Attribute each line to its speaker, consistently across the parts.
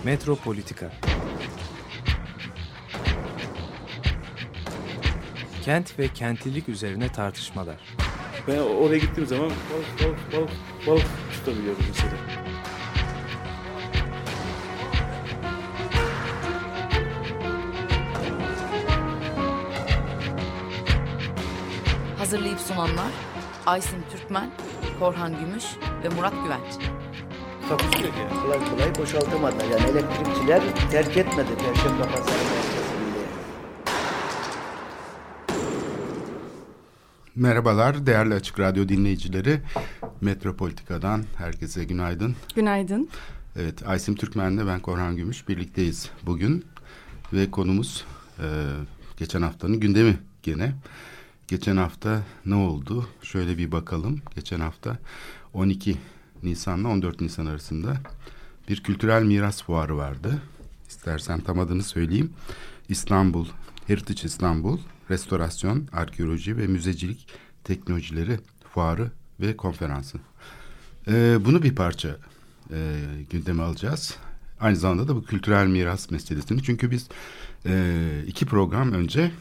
Speaker 1: Metropolitika. Kent ve kentlilik üzerine tartışmalar.
Speaker 2: Ben oraya gittiğim zaman balık tutabiliyordum mesela.
Speaker 3: Hazırlayıp sunanlar Aysin Türkmen, Korhan Gümüş ve Murat Güvenç.
Speaker 4: Takusuyor ki. Kolay kolay boşaltamadı. Yani elektrikçiler terk etmedi Perşembe Pazarı merkezinde.
Speaker 5: Merhabalar değerli Açık Radyo dinleyicileri. Metropolitika'dan herkese günaydın.
Speaker 6: Günaydın.
Speaker 5: Evet, Aysim Türkmen'le ben Korhan Gümüş birlikteyiz bugün. Ve konumuz geçen haftanın gündemi gene. Geçen hafta ne oldu? Şöyle bir bakalım. Geçen hafta 12 Nisan'la 14 Nisan arasında bir kültürel miras fuarı vardı. İstersen tam adını söyleyeyim. İstanbul, Heritage İstanbul, Restorasyon, Arkeoloji ve Müzecilik Teknolojileri Fuarı ve Konferansı. Bunu bir parça gündeme alacağız. Aynı zamanda da bu kültürel miras meselesini. Çünkü biz 2 program önce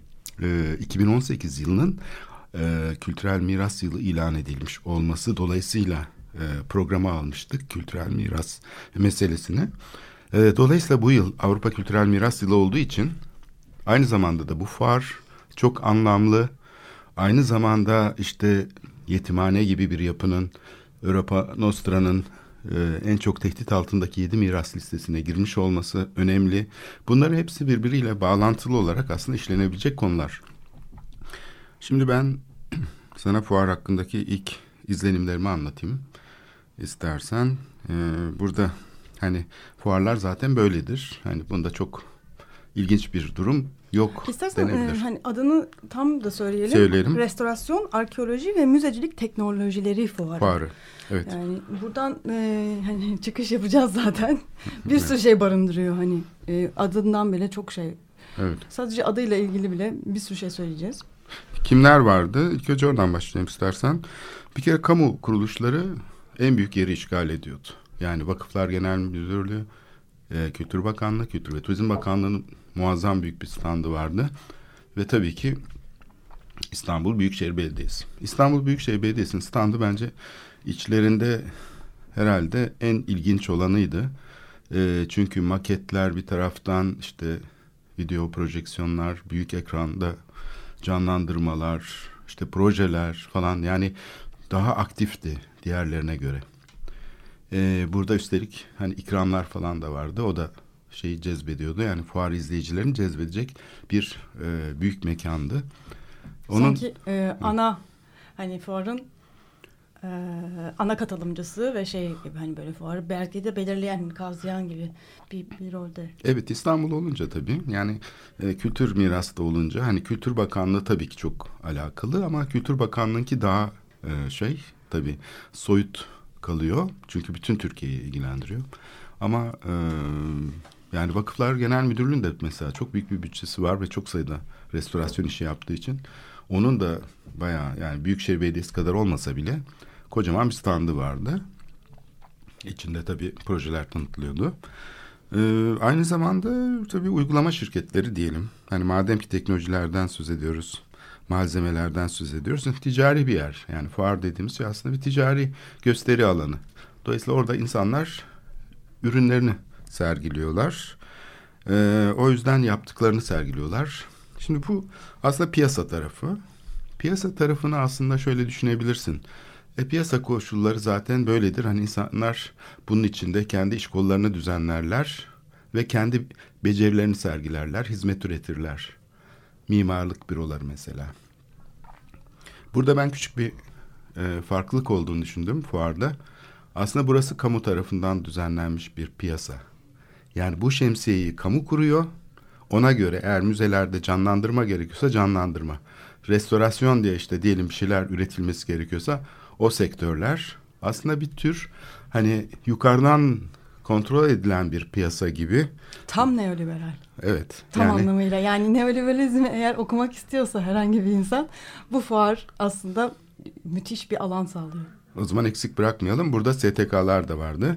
Speaker 5: 2018 yılının kültürel miras yılı ilan edilmiş olması dolayısıyla programa almıştık kültürel miras meselesini. Dolayısıyla bu yıl Avrupa Kültürel Miras Yılı olduğu için aynı zamanda da bu fuar çok anlamlı. Aynı zamanda işte yetimhane gibi bir yapının Europa Nostra'nın en çok tehdit altındaki 7 miras listesine girmiş olması önemli. Bunların hepsi birbiriyle bağlantılı olarak aslında işlenebilecek konular. Şimdi ben sana fuar hakkındaki ilk izlenimlerimi anlatayım istersen. Burada hani fuarlar zaten böyledir. Hani bunda çok ilginç bir durum yok
Speaker 6: İstersen
Speaker 5: denebilir.
Speaker 6: hani adını tam da söyleyelim.
Speaker 5: Söyleyelim.
Speaker 6: Restorasyon, Arkeoloji ve Müzecilik Teknolojileri Fuarı.
Speaker 5: Fuarı. Evet.
Speaker 6: Yani buradan hani çıkış yapacağız zaten. Bir sürü şey barındırıyor hani adından bile çok şey.
Speaker 5: Evet.
Speaker 6: Sadece adıyla ilgili bile bir sürü şey söyleyeceğiz.
Speaker 5: Kimler vardı? İlk önce oradan başlayayım istersen. Bir kere kamu kuruluşları en büyük yeri işgal ediyordu. Yani Vakıflar Genel Müdürlüğü, Kültür Bakanlığı, Kültür ve Turizm Bakanlığı'nın muazzam büyük bir standı vardı. Ve tabii ki İstanbul Büyükşehir Belediyesi. İstanbul Büyükşehir Belediyesi'nin standı bence içlerinde herhalde en ilginç olanıydı. Çünkü maketler bir taraftan, işte video projeksiyonlar, büyük ekranda canlandırmalar, işte projeler falan, yani daha aktifti diğerlerine göre. Burada üstelik hani ikramlar falan da vardı. O da şeyi cezbediyordu. Yani fuar izleyicilerini cezbedecek bir büyük mekandı.
Speaker 6: Sanki ana hani fuarın ana katılımcısı ve şey gibi hani böyle fuarı belki de belirleyen, kazıyan gibi bir rolde.
Speaker 5: Evet, İstanbul olunca tabii yani kültür mirası da olunca hani Kültür Bakanlığı tabii ki çok alakalı ama Kültür Bakanlığı'nki daha tabii soyut kalıyor. Çünkü bütün Türkiye'yi ilgilendiriyor. Ama yani Vakıflar Genel Müdürlüğü'nün de mesela çok büyük bir bütçesi var ve çok sayıda restorasyon işi yaptığı için onun da bayağı, yani Büyükşehir Belediyesi kadar olmasa bile kocaman bir standı vardı. İçinde tabii projeler tanıtılıyordu. Aynı zamanda tabii uygulama şirketleri diyelim. Hani madem ki teknolojilerden söz ediyoruz, malzemelerden söz ediyoruz. Ticari bir yer. Yani fuar dediğimiz şey aslında bir ticari gösteri alanı. Dolayısıyla orada insanlar ürünlerini sergiliyorlar. O yüzden yaptıklarını sergiliyorlar. Şimdi bu aslında piyasa tarafı. Piyasa tarafını aslında şöyle düşünebilirsin. Piyasa koşulları zaten böyledir. Hani insanlar bunun içinde kendi iş kollarını düzenlerler ve kendi becerilerini sergilerler, hizmet üretirler. Mimarlık büroları mesela. Burada ben küçük bir farklılık olduğunu düşündüm fuarda. Aslında burası kamu tarafından düzenlenmiş bir piyasa. Yani bu şemsiyeyi kamu kuruyor. Ona göre eğer müzelerde canlandırma gerekiyorsa canlandırma. Restorasyon diye işte diyelim bir şeyler üretilmesi gerekiyorsa o sektörler aslında bir tür hani yukarıdan kontrol edilen bir piyasa gibi.
Speaker 6: Tam neoliberal.
Speaker 5: Evet.
Speaker 6: Tam anlamıyla. Yani neoliberalizmi eğer okumak istiyorsa herhangi bir insan bu fuar aslında müthiş bir alan sağlıyor.
Speaker 5: O zaman eksik bırakmayalım. Burada STK'lar da vardı.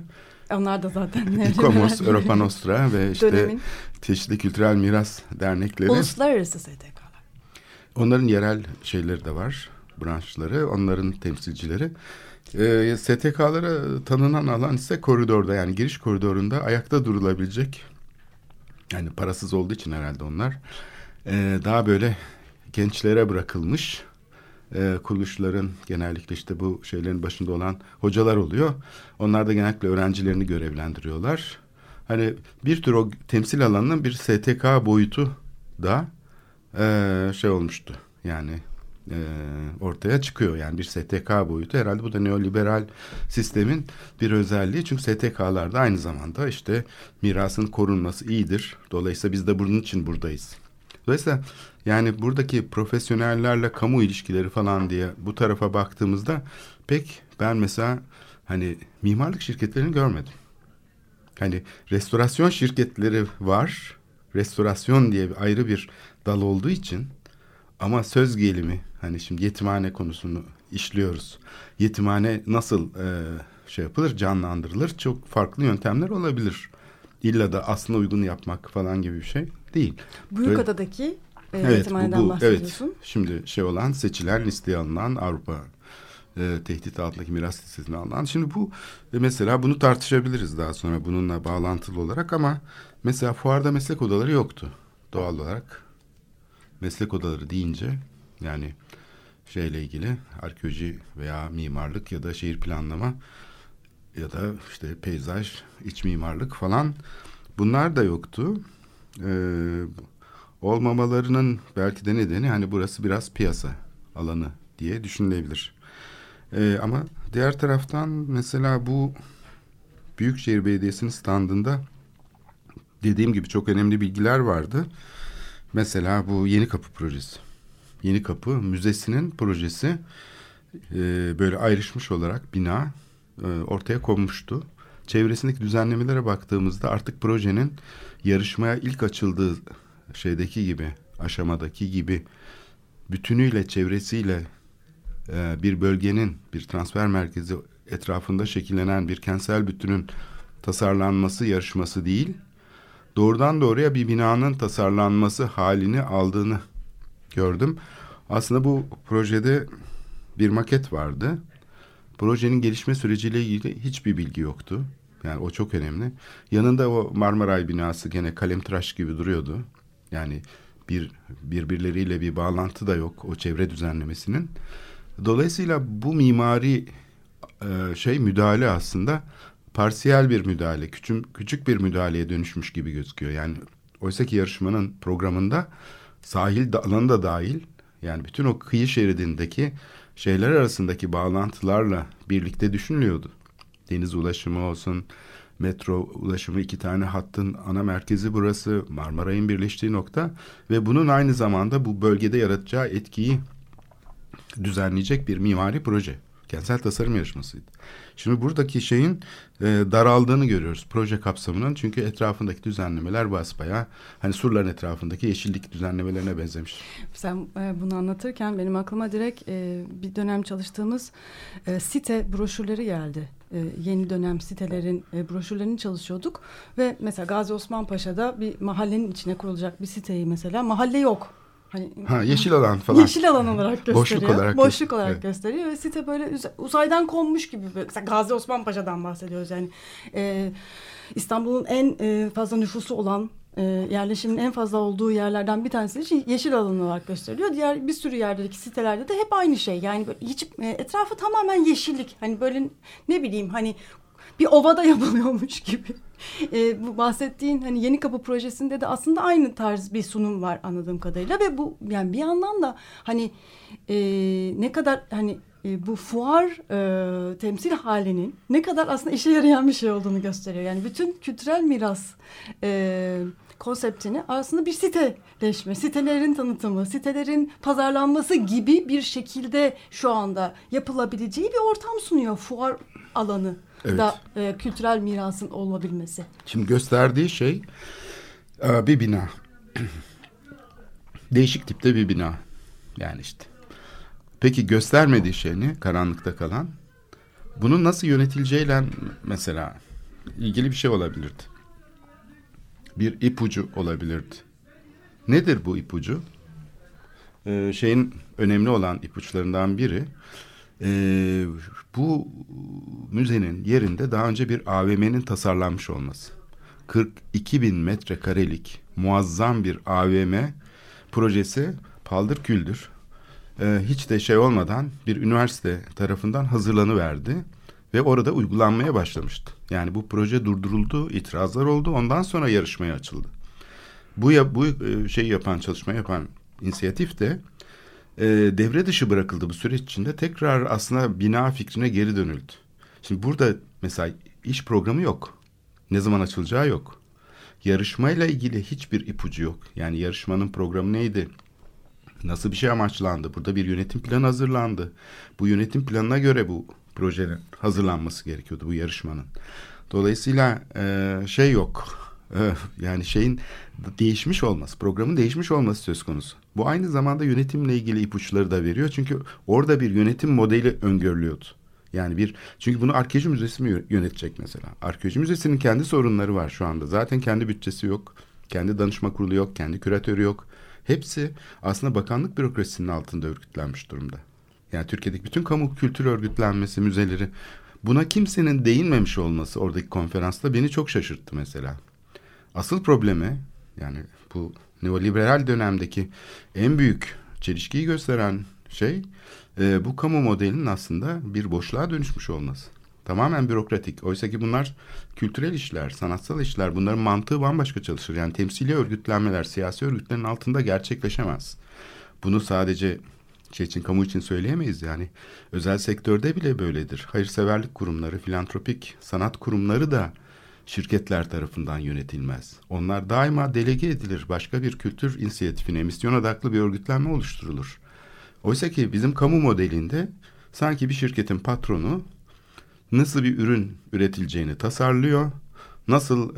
Speaker 6: Onlar da zaten
Speaker 5: İKOMOS, Europa Nostra ve işte
Speaker 6: dönemin
Speaker 5: çeşitli kültürel miras dernekleri.
Speaker 6: uluslararası STK'lar.
Speaker 5: Onların yerel şeyleri de var, branşları, onların temsilcileri. STK'lara tanınan alan ise koridorda, yani giriş koridorunda ayakta durulabilecek, yani parasız olduğu için herhalde onlar daha böyle gençlere bırakılmış kuruluşların, genellikle işte bu şeylerin başında olan hocalar oluyor. Onlar da genellikle öğrencilerini görevlendiriyorlar. Hani bir tür o temsil alanının bir STK boyutu da şey olmuştu. Yani ortaya çıkıyor. Yani bir STK boyutu. Herhalde bu da neoliberal sistemin bir özelliği. Çünkü STK'lar da aynı zamanda işte mirasın korunması iyidir. Dolayısıyla biz de bunun için buradayız. Dolayısıyla yani buradaki profesyonellerle kamu ilişkileri falan diye bu tarafa baktığımızda pek ben mesela hani mimarlık şirketlerini görmedim. Hani restorasyon şirketleri var. Restorasyon diye ayrı bir dal olduğu için, ama söz gelimi hani şimdi yetimhane konusunu işliyoruz. Yetimhane nasıl şey yapılır, canlandırılır? Çok farklı yöntemler olabilir. İlla da aslına uygun yapmak falan gibi bir şey değil.
Speaker 6: Büyükada'daki
Speaker 5: evet,
Speaker 6: yetimhaneden bahsediyorsun.
Speaker 5: Evet, şimdi şey olan, seçilen, listeye alınan, Avrupa tehdit altındaki miras listesine alınan. Şimdi bu mesela bunu tartışabiliriz daha sonra bununla bağlantılı olarak, ama mesela fuarda meslek odaları yoktu doğal olarak. Meslek odaları deyince yani şeyle ilgili arkeoloji veya mimarlık ya da şehir planlama ya da işte peyzaj, iç mimarlık falan, bunlar da yoktu. Olmamalarının belki de nedeni hani burası biraz piyasa alanı diye düşünülebilir. Ama diğer taraftan mesela bu Büyükşehir Belediyesi'nin standında dediğim gibi çok önemli bilgiler vardı. Mesela bu Yenikapı projesi. Yenikapı Müzesi'nin projesi böyle ayrışmış olarak bina ortaya konmuştu. Çevresindeki düzenlemelere baktığımızda artık projenin yarışmaya ilk açıldığı şeydeki gibi, aşamadaki gibi bütünüyle, çevresiyle bir bölgenin, bir transfer merkezi etrafında şekillenen bir kentsel bütünün tasarlanması yarışması değil, doğrudan doğruya bir binanın tasarlanması halini aldığını gördüm. Aslında bu projede bir maket vardı. Projenin gelişme süreciyle ilgili hiçbir bilgi yoktu. Yani o çok önemli. Yanında o Marmaray binası gene kalemtıraş gibi duruyordu. Yani birbirleriyle bir bağlantı da yok o çevre düzenlemesinin. Dolayısıyla bu mimari müdahale aslında parsiyel bir müdahale, küçük bir müdahaleye dönüşmüş gibi gözüküyor. Yani oysa ki yarışmanın programında sahil alanı da dahil, yani bütün o kıyı şeridindeki şeyler arasındaki bağlantılarla birlikte düşünülüyordu. Deniz ulaşımı olsun, metro ulaşımı, 2 tane hattın ana merkezi burası, Marmaray'ın birleştiği nokta ve bunun aynı zamanda bu bölgede yaratacağı etkiyi düzenleyecek bir mimari proje. Kentsel tasarım yarışmasıydı. Şimdi buradaki şeyin daraldığını görüyoruz proje kapsamının, çünkü etrafındaki düzenlemeler basbayağı hani surların etrafındaki yeşillik düzenlemelerine benzemiş.
Speaker 6: Sen bunu anlatırken benim aklıma direkt bir dönem çalıştığımız site broşürleri geldi. Yeni dönem sitelerin broşürlerini çalışıyorduk ve mesela Gazi Osman Paşa'da bir mahallenin içine kurulacak bir siteyi, mesela mahalle yok. Hani,
Speaker 5: yeşil alan falan.
Speaker 6: Yeşil alan olarak gösteriyor. Boşluk olarak
Speaker 5: evet.
Speaker 6: gösteriyor ve site böyle uzaydan konmuş gibi. Mesela Gazi Osman Paşa'dan bahsediyoruz yani. İstanbul'un en fazla nüfusu olan, yerleşimin en fazla olduğu yerlerden bir tanesi için yeşil alan olarak gösteriliyor. Diğer bir sürü yerdeki sitelerde de hep aynı şey. Yani böyle hiç etrafı tamamen yeşillik. Hani böyle ne bileyim hani bir ovada yapılıyormuş gibi. Bu bahsettiğin hani Yenikapı projesinde de aslında aynı tarz bir sunum var anladığım kadarıyla ve bu yani bir yandan da hani ne kadar hani bu fuar temsil halinin ne kadar aslında işe yarayan bir şey olduğunu gösteriyor. Yani bütün kültürel miras konseptini aslında bir siteleşme, sitelerin tanıtımı, sitelerin pazarlanması gibi bir şekilde şu anda yapılabileceği bir ortam sunuyor fuar alanı.
Speaker 5: Evet.
Speaker 6: Da kültürel mirasın olabilmesi.
Speaker 5: Şimdi gösterdiği şey bir bina. Değişik tipte bir bina. Yani işte. Peki göstermediği şey ne? Karanlıkta kalan. Bunun nasıl yönetileceğiyle mesela ilgili bir şey olabilirdi. Bir ipucu olabilirdi. Nedir bu ipucu? Şeyin önemli olan ipuçlarından biri, bu müzenin yerinde daha önce bir AVM'nin tasarlanmış olması. 42.000 metrekarelik muazzam bir AVM projesi paldır küldür. Hiç de şey olmadan bir üniversite tarafından hazırlanıverdi ve orada uygulanmaya başlamıştı. Yani bu proje durduruldu, itirazlar oldu, ondan sonra yarışmaya açıldı. Bu şeyi yapan, çalışma yapan inisiyatif de devre dışı bırakıldı bu süreç içinde. Tekrar aslında bina fikrine geri dönüldü. Şimdi burada mesela iş programı yok. Ne zaman açılacağı yok. Yarışmayla ilgili hiçbir ipucu yok. Yani yarışmanın programı neydi? Nasıl bir şey amaçlandı? Burada bir yönetim planı hazırlandı. Bu yönetim planına göre bu projenin hazırlanması gerekiyordu, bu yarışmanın. Dolayısıyla şey yok. Yani şeyin değişmiş olması, programın değişmiş olması söz konusu. Bu aynı zamanda yönetimle ilgili ipuçları da veriyor. Çünkü orada bir yönetim modeli öngörülüyordu. Yani çünkü bunu Arkeoloji Müzesi mi yönetecek mesela? Arkeoloji Müzesi'nin kendi sorunları var şu anda. Zaten kendi bütçesi yok, kendi danışma kurulu yok, kendi küratörü yok. Hepsi aslında bakanlık bürokrasisinin altında örgütlenmiş durumda. Yani Türkiye'deki bütün kamu kültür örgütlenmesi, müzeleri, buna kimsenin değinmemiş olması oradaki konferansta beni çok şaşırttı mesela. Asıl problemi, yani bu neoliberal dönemdeki en büyük çelişkiyi gösteren şey, bu kamu modelinin aslında bir boşluğa dönüşmüş olması. Tamamen bürokratik. Oysa ki bunlar kültürel işler, sanatsal işler. Bunların mantığı bambaşka çalışır. Yani temsili örgütlenmeler, siyasi örgütlerin altında gerçekleşemez. Bunu sadece kamu için söyleyemeyiz. Yani özel sektörde bile böyledir. Hayırseverlik kurumları, filantropik sanat kurumları da şirketler tarafından yönetilmez. Onlar daima delege edilir. Başka bir kültür inisiyatifine, misyon odaklı bir örgütlenme oluşturulur. Oysa ki bizim kamu modelinde sanki bir şirketin patronu nasıl bir ürün üretileceğini tasarlıyor, nasıl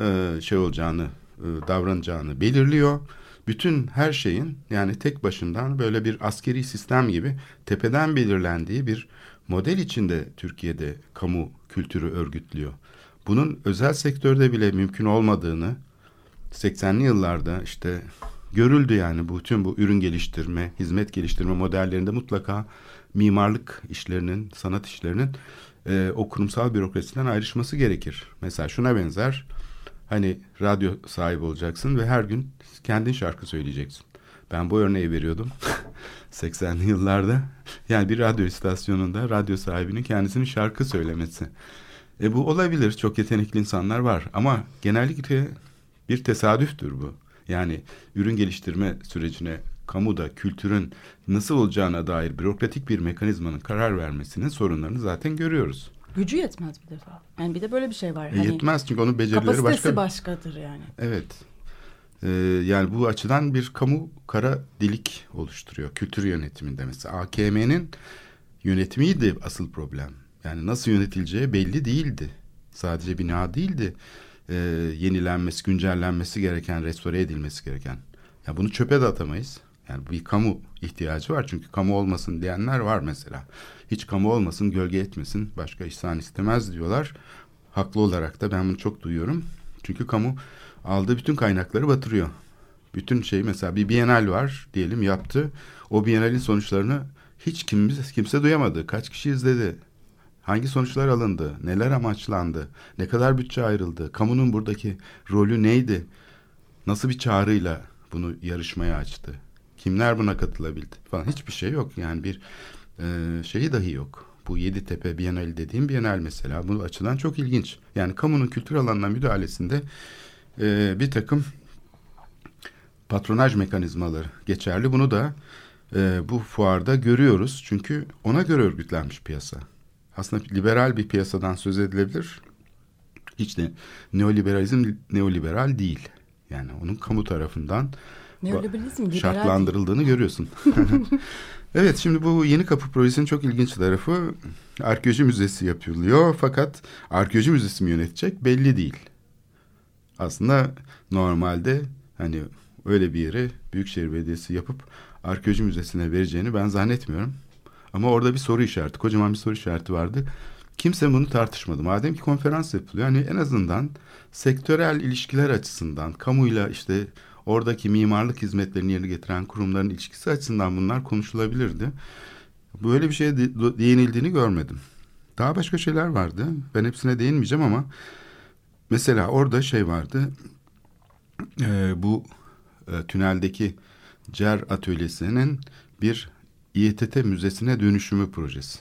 Speaker 5: davranacağını belirliyor. Bütün her şeyin, yani tek başından böyle bir askeri sistem gibi tepeden belirlendiği bir model içinde Türkiye'de kamu kültürü örgütlüyor. Bunun özel sektörde bile mümkün olmadığını 80'li yıllarda işte görüldü. Yani bütün bu ürün geliştirme, hizmet geliştirme modellerinde mutlaka mimarlık işlerinin, sanat işlerinin o kurumsal bürokrasiden ayrışması gerekir. Mesela şuna benzer, hani radyo sahibi olacaksın ve her gün kendin şarkı söyleyeceksin. Ben bu örneği veriyordum 80'li yıllarda. Yani bir radyo istasyonunda radyo sahibinin kendisinin şarkı söylemesi. Bu olabilir, çok yetenekli insanlar var ama genellikle bir tesadüftür bu. Yani ürün geliştirme sürecine kamuda kültürün nasıl olacağına dair bürokratik bir mekanizmanın karar vermesinin sorunlarını zaten görüyoruz.
Speaker 6: Gücü yetmez bir defa. Yani bir de böyle bir şey var.
Speaker 5: Yetmez çünkü onun becerileri
Speaker 6: kapasitesi başkadır yani.
Speaker 5: Evet. Yani bu açıdan bir kamu kara delik oluşturuyor kültür yönetiminde. Mesela AKM'nin yönetimiydi asıl problem. Yani nasıl yönetileceği belli değildi. Sadece bina değildi. Yenilenmesi, güncellenmesi gereken, restore edilmesi gereken. Yani bunu çöpe de atamayız. Yani bir kamu ihtiyacı var. Çünkü kamu olmasın diyenler var mesela. Hiç kamu olmasın, gölge etmesin, başka ihsan istemez diyorlar. Haklı olarak da ben bunu çok duyuyorum. Çünkü kamu aldığı bütün kaynakları batırıyor. Bütün mesela bir bienal var diyelim, yaptı. O bienalin sonuçlarını hiç kimse duyamadı. Kaç kişi izledi? Hangi sonuçlar alındı? Neler amaçlandı? Ne kadar bütçe ayrıldı? Kamunun buradaki rolü neydi? Nasıl bir çağrıyla bunu yarışmaya açtı? Kimler buna katılabildi? Falan hiçbir şey yok. Yani bir şeyi dahi yok. Bu Yeditepe Bienali dediğim bienal mesela. Bu açıdan çok ilginç. Yani kamunun kültür alanına müdahalesinde bir takım patronaj mekanizmaları geçerli. Bunu da bu fuarda görüyoruz. Çünkü ona göre örgütlenmiş piyasa. Aslında liberal bir piyasadan söz edilebilir. Hiç de neoliberalizm neoliberal değil. Yani onun kamu tarafından şartlandırıldığını görüyorsun. Evet, şimdi bu Yeni Kapı projesinin çok ilginç tarafı, Arkeoloji Müzesi yapılıyor. Fakat Arkeoloji Müzesi mi yönetecek belli değil. Aslında normalde hani öyle bir yeri Büyükşehir Belediyesi yapıp Arkeoloji Müzesi'ne vereceğini ben zannetmiyorum. Ama orada bir soru işareti, kocaman bir soru işareti vardı. kimse bunu tartışmadı. Madem ki konferans yapılıyor, hani en azından sektörel ilişkiler açısından, kamuyla işte oradaki mimarlık hizmetlerini yerine getiren kurumların ilişkisi açısından bunlar konuşulabilirdi. Böyle bir şeye değinildiğini görmedim. Daha başka şeyler vardı. Ben hepsine değinmeyeceğim ama mesela orada şey vardı. Bu tüneldeki CER atölyesinin bir İETT müzesine dönüşümü projesi.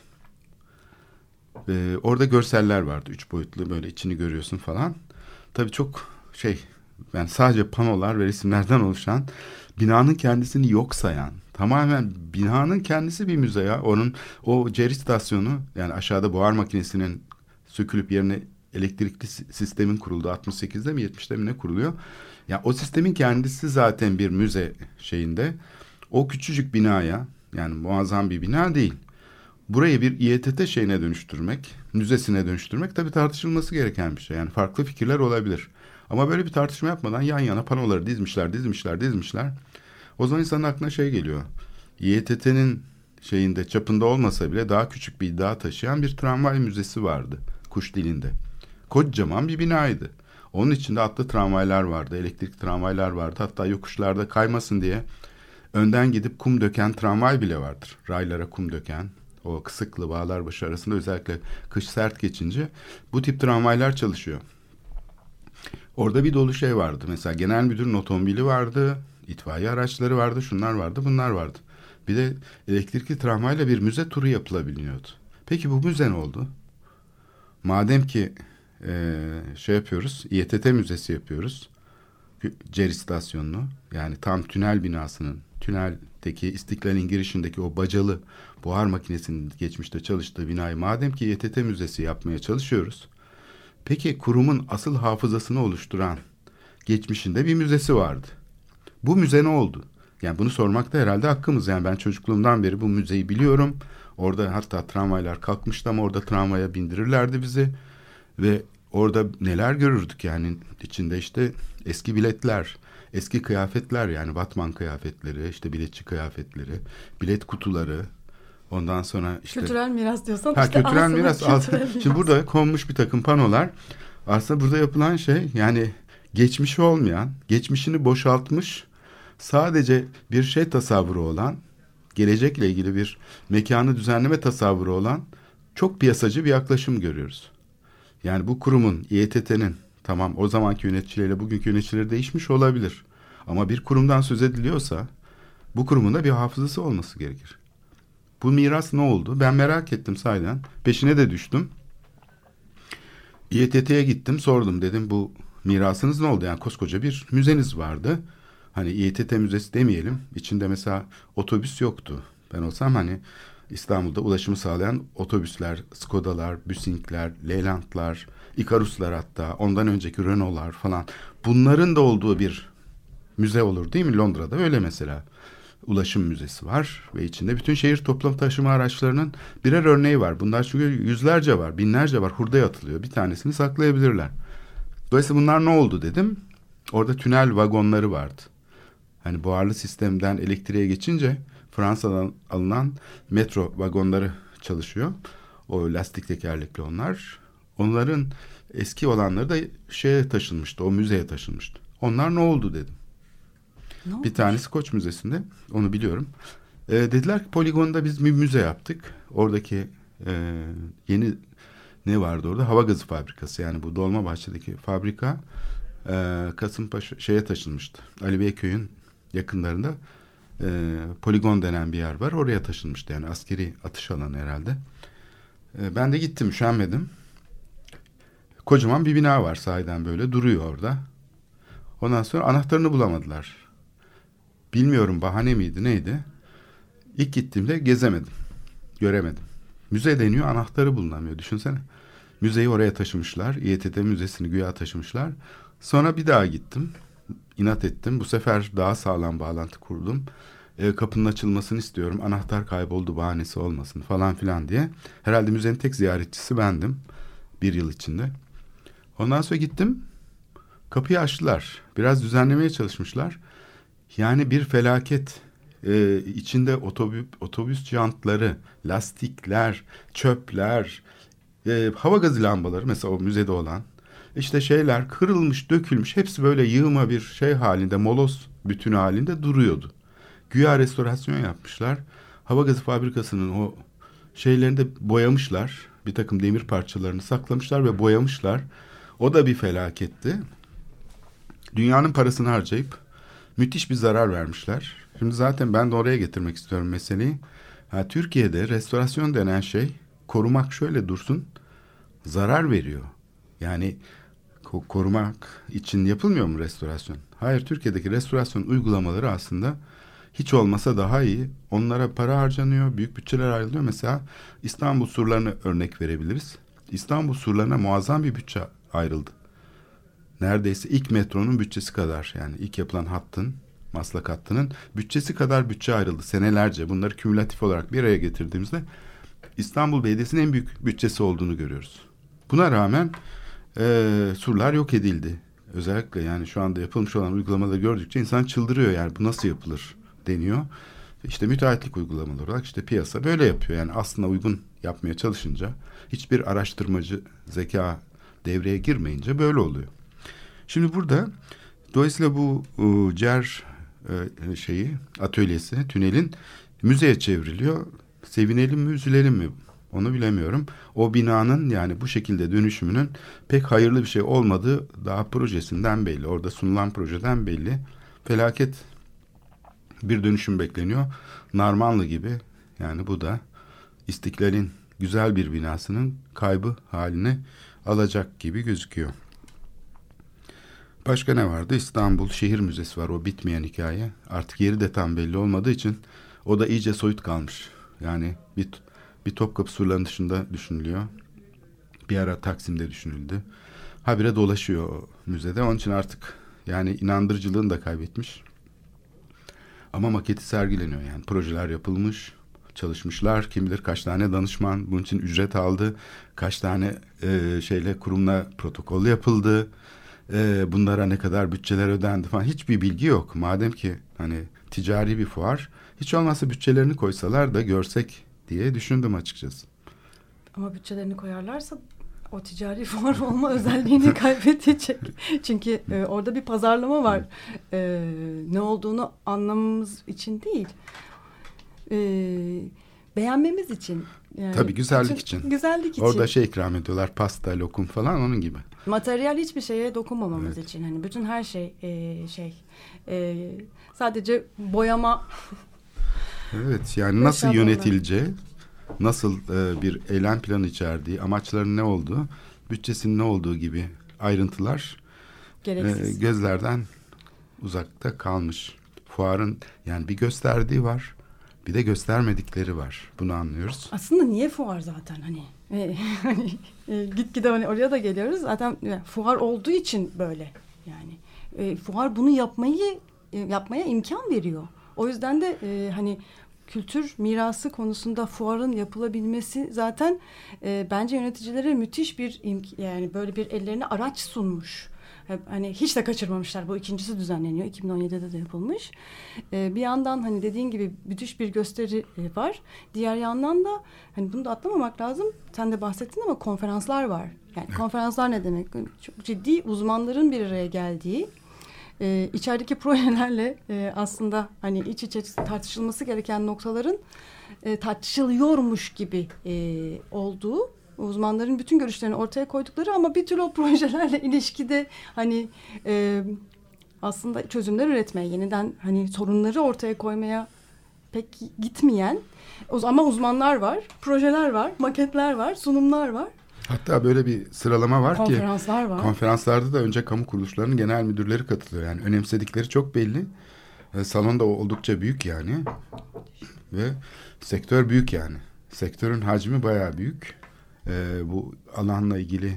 Speaker 5: Orada görseller vardı. 3 boyutlu, böyle içini görüyorsun falan. Tabii çok yani sadece panolar ve resimlerden oluşan, binanın kendisini yok sayan, tamamen binanın kendisi bir müze ya. O CER istasyonu, yani aşağıda buhar makinesinin sökülüp yerine elektrikli sistemin kurulduğu 68'de mi 70'de mi ne kuruluyor? Ya o sistemin kendisi zaten bir müze şeyinde. O küçücük binaya, yani muazzam bir bina değil, burayı bir İETT şeyine dönüştürmek, müzesine dönüştürmek tabii tartışılması gereken bir şey. Yani farklı fikirler olabilir. Ama böyle bir tartışma yapmadan yan yana panoları dizmişler. O zaman insanın aklına şey geliyor. İETT'nin şeyinde, çapında olmasa bile daha küçük bir iddia taşıyan bir tramvay müzesi vardı kuş dilinde. Kocaman bir binaydı. Onun içinde atlı tramvaylar vardı, elektrikli tramvaylar vardı. Hatta yokuşlarda kaymasın diye önden gidip kum döken tramvay bile vardır. Raylara kum döken, o Kısıklı Bağlarbaşı arasında özellikle kış sert geçince bu tip tramvaylar çalışıyor. Orada bir dolu şey vardı. Mesela genel müdürün otomobili vardı, itfaiye araçları vardı, şunlar vardı, bunlar vardı. Bir de elektrikli tramvayla bir müze turu yapılabiliyordu. Peki bu müze ne oldu? Madem ki yapıyoruz, İETT müzesi yapıyoruz, CER istasyonunu, yani tam tünel binasının, tüneldeki İstiklal'in girişindeki o bacalı buhar makinesinin geçmişte çalıştığı binayı madem ki İETT müzesi yapmaya çalışıyoruz, peki kurumun asıl hafızasını oluşturan geçmişinde bir müzesi vardı. Bu müze ne oldu? Yani bunu sormakta herhalde hakkımız. Yani ben çocukluğumdan beri bu müzeyi biliyorum. Orada hatta tramvaylar kalkmıştı ama orada tramvaya bindirirlerdi bizi. Ve orada neler görürdük yani, içinde işte eski biletler, eski kıyafetler, yani Batman kıyafetleri, işte biletçi kıyafetleri, bilet kutuları. Ondan sonra işte...
Speaker 6: Kültürel miras diyorsan
Speaker 5: kültürel miras.
Speaker 6: Kültürel miras.
Speaker 5: Şimdi burada konmuş bir takım panolar. Aslında burada yapılan şey, yani geçmişi olmayan, geçmişini boşaltmış, sadece bir şey tasavvuru olan, gelecekle ilgili bir mekanı düzenleme tasavvuru olan çok piyasacı bir yaklaşım görüyoruz. Yani bu kurumun, İETT'nin, tamam o zamanki yöneticileriyle bugünkü yöneticileri değişmiş olabilir. Ama bir kurumdan söz ediliyorsa bu kurumun da bir hafızası olması gerekir. Bu miras ne oldu? Ben merak ettim sahiden. Peşine de düştüm. İETT'ye gittim, sordum, dedim bu mirasınız ne oldu? Yani koskoca bir müzeniz vardı. Hani İETT müzesi demeyelim. İçinde mesela otobüs yoktu. Ben olsam hani İstanbul'da ulaşımı sağlayan otobüsler, Skoda'lar, Büsing'ler, Leyland'lar, Ikarus'lar, hatta ondan önceki Renault'lar falan. Bunların da olduğu bir müze olur değil mi? Londra'da öyle mesela. Ulaşım müzesi var ve içinde bütün şehir toplam taşıma araçlarının birer örneği var. Bunlar çünkü yüzlerce var, binlerce var. Hurdaya atılıyor. Bir tanesini saklayabilirler. Dolayısıyla bunlar ne oldu dedim. Orada tünel vagonları vardı. Hani buharlı sistemden elektriğe geçince Fransa'dan alınan metro vagonları çalışıyor. O lastik tekerlekli onlar. Onların eski olanları da şeye taşınmıştı. O müzeye taşınmıştı. Onlar ne oldu dedim. Bir tanesi Koç Müzesi'nde. Onu biliyorum. Dediler ki poligonda biz bir müze yaptık. Oradaki yeni ne vardı orada? Hava gazı fabrikası. Yani bu Dolmabahçe'deki fabrika Kasımpaşa şeye taşınmıştı. Ali Beyköy'ün yakınlarında poligon denen bir yer var. Oraya taşınmıştı. Yani askeri atış alanı herhalde. Ben de gittim, üşenmedim. Kocaman bir bina var sahiden, böyle duruyor orada. Ondan sonra anahtarını bulamadılar. Bilmiyorum, bahane miydi neydi? İlk gittiğimde gezemedim. Göremedim. Müze deniyor, anahtarı bulunamıyor. Düşünsene. Müzeyi oraya taşımışlar. İETT müzesini güya taşımışlar. Sonra bir daha gittim. İnat ettim. Bu sefer daha sağlam bağlantı kurdum. Kapının açılmasını istiyorum. Anahtar kayboldu, bahanesi olmasın falan filan diye. Herhalde müzenin tek ziyaretçisi bendim. Bir yıl içinde. Ondan sonra gittim. Kapıyı açtılar. Biraz düzenlemeye çalışmışlar. Yani bir felaket. İçinde otobüs jantları, lastikler, çöpler, hava gazı lambaları mesela o müzede olan işte şeyler kırılmış, dökülmüş, hepsi böyle yığma bir şey halinde, moloz bütünü halinde duruyordu. Güya restorasyon yapmışlar. Hava gazı fabrikasının o şeylerini de boyamışlar. Bir takım demir parçalarını saklamışlar ve boyamışlar. O da bir felaketti. Dünyanın parasını harcayıp müthiş bir zarar vermişler. Şimdi zaten ben de oraya getirmek istiyorum meseleyi. Türkiye'de restorasyon denen şey, korumak şöyle dursun, zarar veriyor. Yani korumak için yapılmıyor mu restorasyon? Hayır, Türkiye'deki restorasyon uygulamaları aslında hiç olmasa daha iyi. Onlara para harcanıyor, büyük bütçeler ayrılıyor. Mesela İstanbul surlarına örnek verebiliriz. İstanbul surlarına muazzam bir bütçe ayrıldı. Neredeyse ilk metronun bütçesi kadar, yani ilk yapılan hattın, Maslak hattının bütçesi kadar bütçe ayrıldı senelerce. Bunları kümülatif olarak bir araya getirdiğimizde İstanbul Belediyesi'nin en büyük bütçesi olduğunu görüyoruz. Buna rağmen surlar yok edildi. Özellikle yani şu anda yapılmış olan uygulamaları gördükçe insan çıldırıyor, yani bu nasıl yapılır deniyor. İşte müteahhitlik uygulamaları olarak işte piyasa böyle yapıyor. Yani aslında uygun yapmaya çalışınca, hiçbir araştırmacı zeka devreye girmeyince böyle oluyor. Şimdi burada dolayısıyla bu CER atölyesi, tünelin müzeye çevriliyor. Sevinelim mi, üzülelim mi? Onu bilemiyorum. O binanın yani bu şekilde dönüşümünün pek hayırlı bir şey olmadığı daha projesinden belli. Orada sunulan projeden belli. Felaket bir dönüşüm bekleniyor. Narmanlı gibi, yani bu da İstiklal'in güzel bir binasının kaybı haline alacak gibi gözüküyor. Başka ne vardı? İstanbul Şehir Müzesi var. O bitmeyen hikaye. Artık yeri de tam belli olmadığı için o da iyice soyut kalmış. Yani bir Topkapı surlarının dışında düşünülüyor. Bir ara Taksim'de düşünüldü. Habire dolaşıyor o müzede. Onun için artık yani inandırıcılığını da kaybetmiş. Ama maketi sergileniyor. Yani projeler yapılmış, çalışmışlar. Kim bilir kaç tane danışman bunun için ücret aldı. Kaç tane kurumla protokol yapıldı. Bunlara ne kadar bütçeler ödendi falan, hiçbir bilgi yok. Madem ki hani ticari bir fuar, hiç olmazsa bütçelerini koysalar da görsek diye düşündüm açıkçası.
Speaker 6: Ama bütçelerini koyarlarsa o ticari fuar olma özelliğini kaybedecek. Çünkü orada bir pazarlama var. Ne olduğunu anlamamız için değil. Beğenmemiz için. Yani
Speaker 5: tabii güzellik için.
Speaker 6: Güzellik için.
Speaker 5: Orada ikram ediyorlar, pasta, lokum falan, onun gibi.
Speaker 6: Materyal hiçbir şeye dokunmamamız için. Hani bütün her şey sadece boyama.
Speaker 5: Evet, yani nasıl yönetileceği, nasıl bir eylem planı içerdiği, amaçların ne olduğu, bütçesinin ne olduğu gibi ayrıntılar gözlerden uzakta kalmış. Fuarın yani bir gösterdiği var, bir de göstermedikleri var. Bunu anlıyoruz.
Speaker 6: Aslında niye fuar zaten hani gitgide hani oraya da geliyoruz. Zaten fuar olduğu için böyle yani fuar bunu yapmaya imkan veriyor. O yüzden de hani kültür mirası konusunda fuarın yapılabilmesi zaten bence yöneticilere müthiş bir yani böyle bir ellerine araç sunmuş. Hani hiç de kaçırmamışlar. Bu ikincisi düzenleniyor. 2017'de de yapılmış. Bir yandan hani dediğin gibi müthiş bir gösteri var. Diğer yandan da hani bunu da atlamamak lazım. Sen de bahsettin ama konferanslar var. Yani konferanslar ne demek? Çok ciddi uzmanların bir araya geldiği, içerideki projelerle aslında hani iç içe tartışılması gereken noktaların tartışılıyormuş gibi olduğu, uzmanların bütün görüşlerini ortaya koydukları ama bir türlü o projelerle ilişkide hani aslında çözümler üretmeye, yeniden hani sorunları ortaya koymaya pek gitmeyen ama uzmanlar var, projeler var, maketler var, sunumlar var.
Speaker 5: Hatta böyle bir sıralama var
Speaker 6: konferanslar var.
Speaker 5: Konferanslarda da önce kamu kuruluşlarının genel müdürleri katılıyor. Yani önemsedikleri çok belli. Salon da oldukça büyük yani. Ve sektör büyük yani. Sektörün hacmi bayağı büyük. Bu alanla ilgili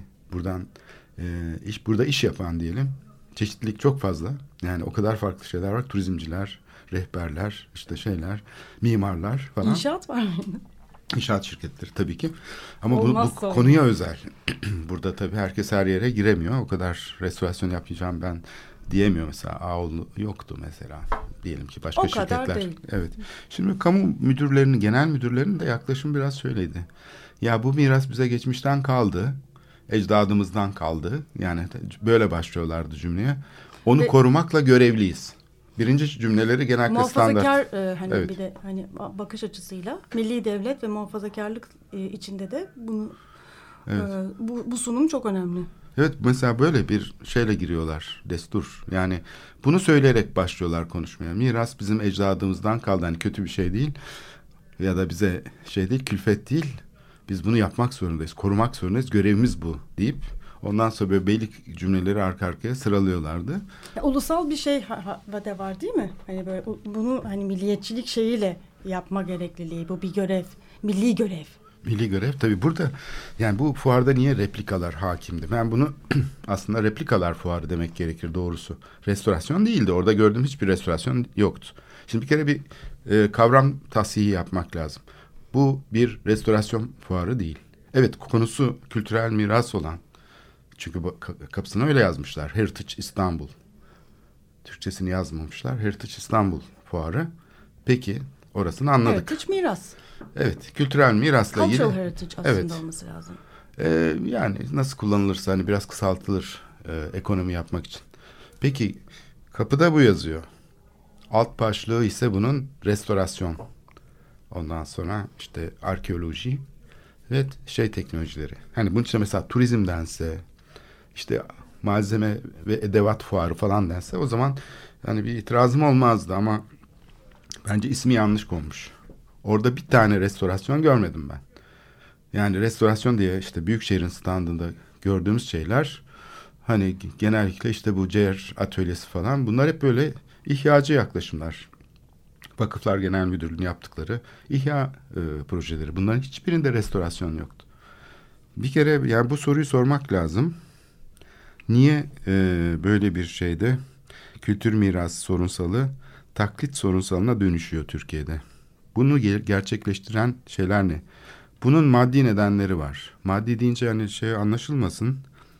Speaker 5: burada iş yapan diyelim. Çeşitlilik çok fazla. Yani o kadar farklı şeyler var. Turizmciler, rehberler, işte mimarlar falan.
Speaker 6: İnşaat var mı?
Speaker 5: İnşaat şirketleri tabii ki. Ama bu konuya özel. Burada tabii herkes her yere giremiyor. O kadar restorasyon yapacağım ben diyemiyor mesela. Ağoğlu yoktu mesela. diyelim ki başka
Speaker 6: O kadar
Speaker 5: şirketler.
Speaker 6: değil.
Speaker 5: Evet. Şimdi kamu müdürlerinin, genel müdürlerinin de yaklaşım biraz şöyleydi. Ya bu miras bize geçmişten kaldı. Ecdadımızdan kaldı. Yani böyle başlıyorlardı cümleye. Onu korumakla görevliyiz. Birinci cümleleri genellikle standart.
Speaker 6: Muhafazakar hani
Speaker 5: Evet.
Speaker 6: bir de hani bakış açısıyla milli devlet ve muhafazakarlık içinde de bunu bu sunum çok önemli.
Speaker 5: Evet, mesela böyle bir şeyle giriyorlar, destur. Yani bunu söyleyerek başlıyorlar konuşmaya. Miras bizim ecdadımızdan kaldı. Yani kötü bir şey değil ya da bize şey değil, külfet değil. Biz bunu yapmak zorundayız, korumak zorundayız. Görevimiz bu deyip ondan sonra böyle beylik cümleleri arka arkaya sıralıyorlardı.
Speaker 6: Ya, ulusal bir şey de var değil mi? Hani böyle bunu hani milliyetçilik şeyiyle yapma gerekliliği, bu bir görev, milli görev.
Speaker 5: Milli görev tabii burada, yani bu fuarda niye replikalar hakimdi? Ben bunu aslında replikalar fuarı demek gerekir doğrusu. Restorasyon değildi. Orada gördüğüm hiçbir restorasyon yoktu. Şimdi bir kere bir kavram tasihi yapmak lazım. Bu bir restorasyon fuarı değil. Evet, konusu kültürel miras olan, çünkü kapısına öyle yazmışlar. Heritage İstanbul. Türkçesini yazmamışlar. Heritage İstanbul fuarı. Peki, orasını anladık.
Speaker 6: Heritage miras.
Speaker 5: Evet, kültürel mirasla ilgili.
Speaker 6: Cultural heritage aslında
Speaker 5: evet.
Speaker 6: olması lazım.
Speaker 5: Yani nasıl kullanılırsa hani biraz kısaltılır ekonomi yapmak için. Peki, kapıda bu yazıyor. Alt başlığı ise bunun restorasyon. Ondan sonra işte arkeoloji ve teknolojileri. Hani bunun için mesela turizm dense, işte malzeme ve edevat fuarı falan dense, o zaman yani bir itirazım olmazdı ama bence ismi yanlış konmuş. Orada bir tane restorasyon görmedim ben. Yani restorasyon diye işte Büyükşehir'in standında gördüğümüz şeyler, hani genellikle işte bu CER atölyesi falan, bunlar hep böyle ihyacı yaklaşımlar. Vakıflar Genel Müdürlüğü'nün yaptıkları ihya projeleri. Bunların hiçbirinde restorasyon yoktu. Bir kere yani bu soruyu sormak lazım. Niye böyle bir şeyde kültür mirası sorunsalı taklit sorunsalına dönüşüyor Türkiye'de? Bunu gerçekleştiren şeyler ne? Bunun maddi nedenleri var. Maddi deyince hani şey anlaşılmasın.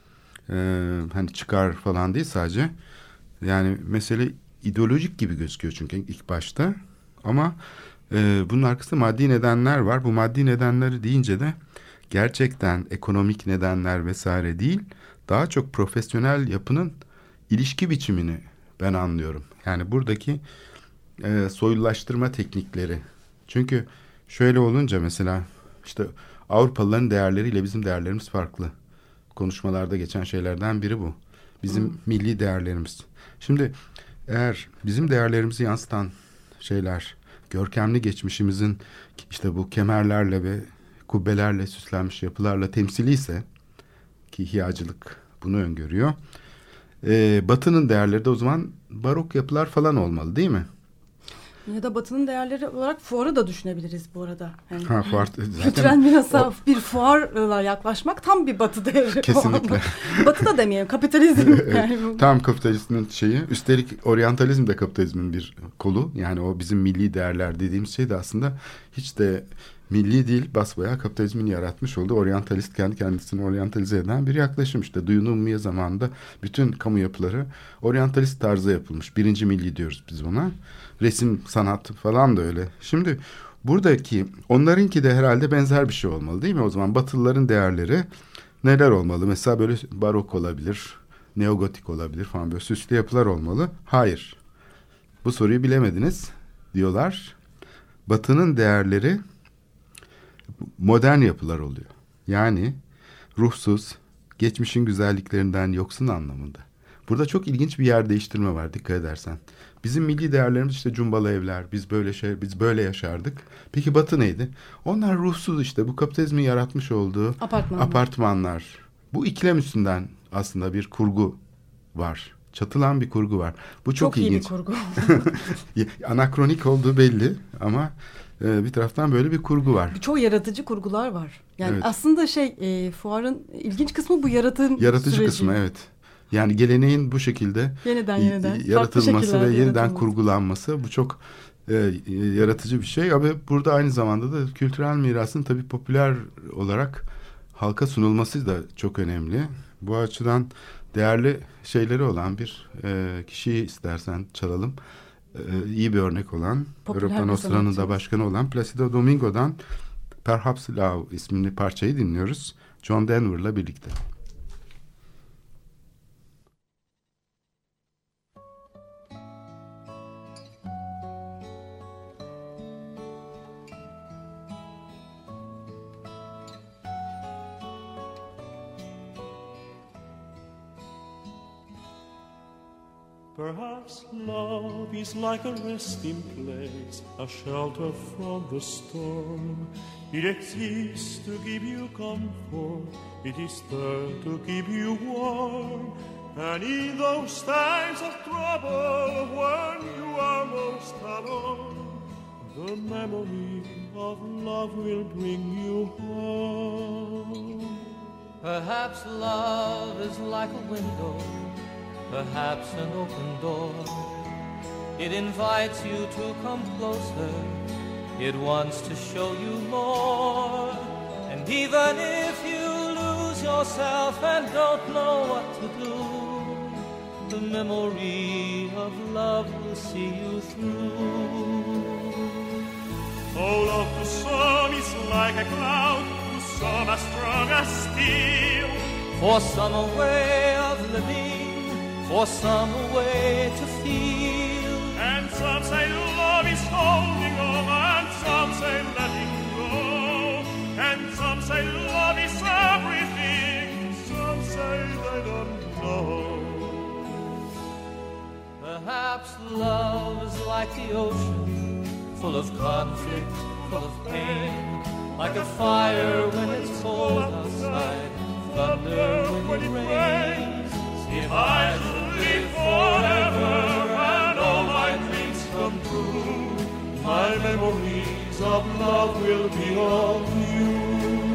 Speaker 5: Hani çıkar falan değil sadece. Yani mesele ideolojik gibi gözüküyor çünkü ilk başta. Ama bunun arkasında maddi nedenler var. Bu maddi nedenleri deyince de gerçekten ekonomik nedenler vesaire değil, daha çok profesyonel yapının ilişki biçimini ben anlıyorum. Yani buradaki soylulaştırma teknikleri. Çünkü şöyle olunca mesela işte Avrupalıların değerleriyle bizim değerlerimiz farklı. Konuşmalarda geçen şeylerden biri bu. Bizim milli değerlerimiz. Şimdi eğer bizim değerlerimizi yansıtan şeyler, görkemli geçmişimizin işte bu kemerlerle ve kubbelerle süslenmiş yapılarla temsili ise, ki ihyacılık bunu öngörüyor, Batı'nın değerleri de o zaman barok yapılar falan olmalı değil mi?
Speaker 6: Ya da Batı'nın değerleri olarak fuarı da düşünebiliriz bu arada. Yani
Speaker 5: Fuar
Speaker 6: kültürel
Speaker 5: zaten
Speaker 6: mirasa bir fuarla yaklaşmak tam bir Batı değeri.
Speaker 5: kesinlikle.
Speaker 6: Batı da demeyelim, kapitalizm. Yani bu.
Speaker 5: Tam kapitalizmin şeyi. Üstelik oryantalizm de kapitalizmin bir kolu. Yani o bizim milli değerler dediğimiz şey de aslında hiç de milli değil, basbayağı kapitalizmin yaratmış olduğu oryantalist, kendi kendisini oryantalize eden bir yaklaşım. İşte Duyunu Ummiye zamanında bütün kamu yapıları oryantalist tarzda yapılmış. Birinci milli diyoruz biz ona. Resim, sanat falan da öyle. Şimdi buradaki onlarınki de herhalde benzer bir şey olmalı değil mi? O zaman Batılıların değerleri neler olmalı? Mesela böyle barok olabilir, neogotik olabilir falan, böyle süslü yapılar olmalı. Hayır. Bu soruyu bilemediniz diyorlar. Batı'nın değerleri modern yapılar oluyor. Yani ruhsuz, geçmişin güzelliklerinden yoksun anlamında. Burada çok ilginç bir yer değiştirme var, dikkat edersen. Bizim milli değerlerimiz işte cumbalı evler, biz böyle yaşardık. Peki Batı neydi? Onlar ruhsuz, işte bu kapitalizmin yaratmış olduğu apartmanlar. Bu ikilem üstünden aslında bir kurgu var. Çatılan bir kurgu var. Bu çok ilginç.
Speaker 6: İyi bir kurgu.
Speaker 5: Anakronik olduğu belli ama bir taraftan böyle bir kurgu var.
Speaker 6: Çok yaratıcı kurgular var. Yani
Speaker 5: evet.
Speaker 6: Aslında fuarın ilginç kısmı bu yaratıcı süreci.
Speaker 5: Kısmı, evet. Yani geleneğin bu şekilde
Speaker 6: yeniden
Speaker 5: yaratılması ve yeniden kurgulanması, bu çok yaratıcı bir şey. Ama burada aynı zamanda da kültürel mirasın tabii popüler olarak halka sunulması da çok önemli. Bu açıdan değerli şeyleri olan bir kişiyi istersen çalalım. iyi bir örnek olan,
Speaker 6: Popüler
Speaker 5: Europa
Speaker 6: bir
Speaker 5: Nostra'nın da
Speaker 6: sanatçı.
Speaker 5: başkanı olan Placido Domingo'dan Perhaps Love isimli parçayı dinliyoruz. John Denver'la birlikte.
Speaker 7: Perhaps love is like a resting place, a shelter from the storm. It exists to give you comfort, it is there to keep you warm. And in those times of trouble, when you are most alone, the memory of love will bring you home.
Speaker 8: Perhaps love is like a window, perhaps an open door. It invites you to come closer, it wants to show you more. And even if you lose yourself and don't know what to do, the memory of love will see you through.
Speaker 7: Oh, love to some is like a cloud, to some as strong as steel.
Speaker 8: For some a way of living, for some a way to feel.
Speaker 7: And some say love is holding on, and some say letting go. And some say love is everything, some say they don't know.
Speaker 8: Perhaps love is like the ocean, full of conflict, full of pain. Like a fire when it's cold outside, thunder when it rains.
Speaker 7: If I should live forever and all my dreams come true, my memories of love will be of you.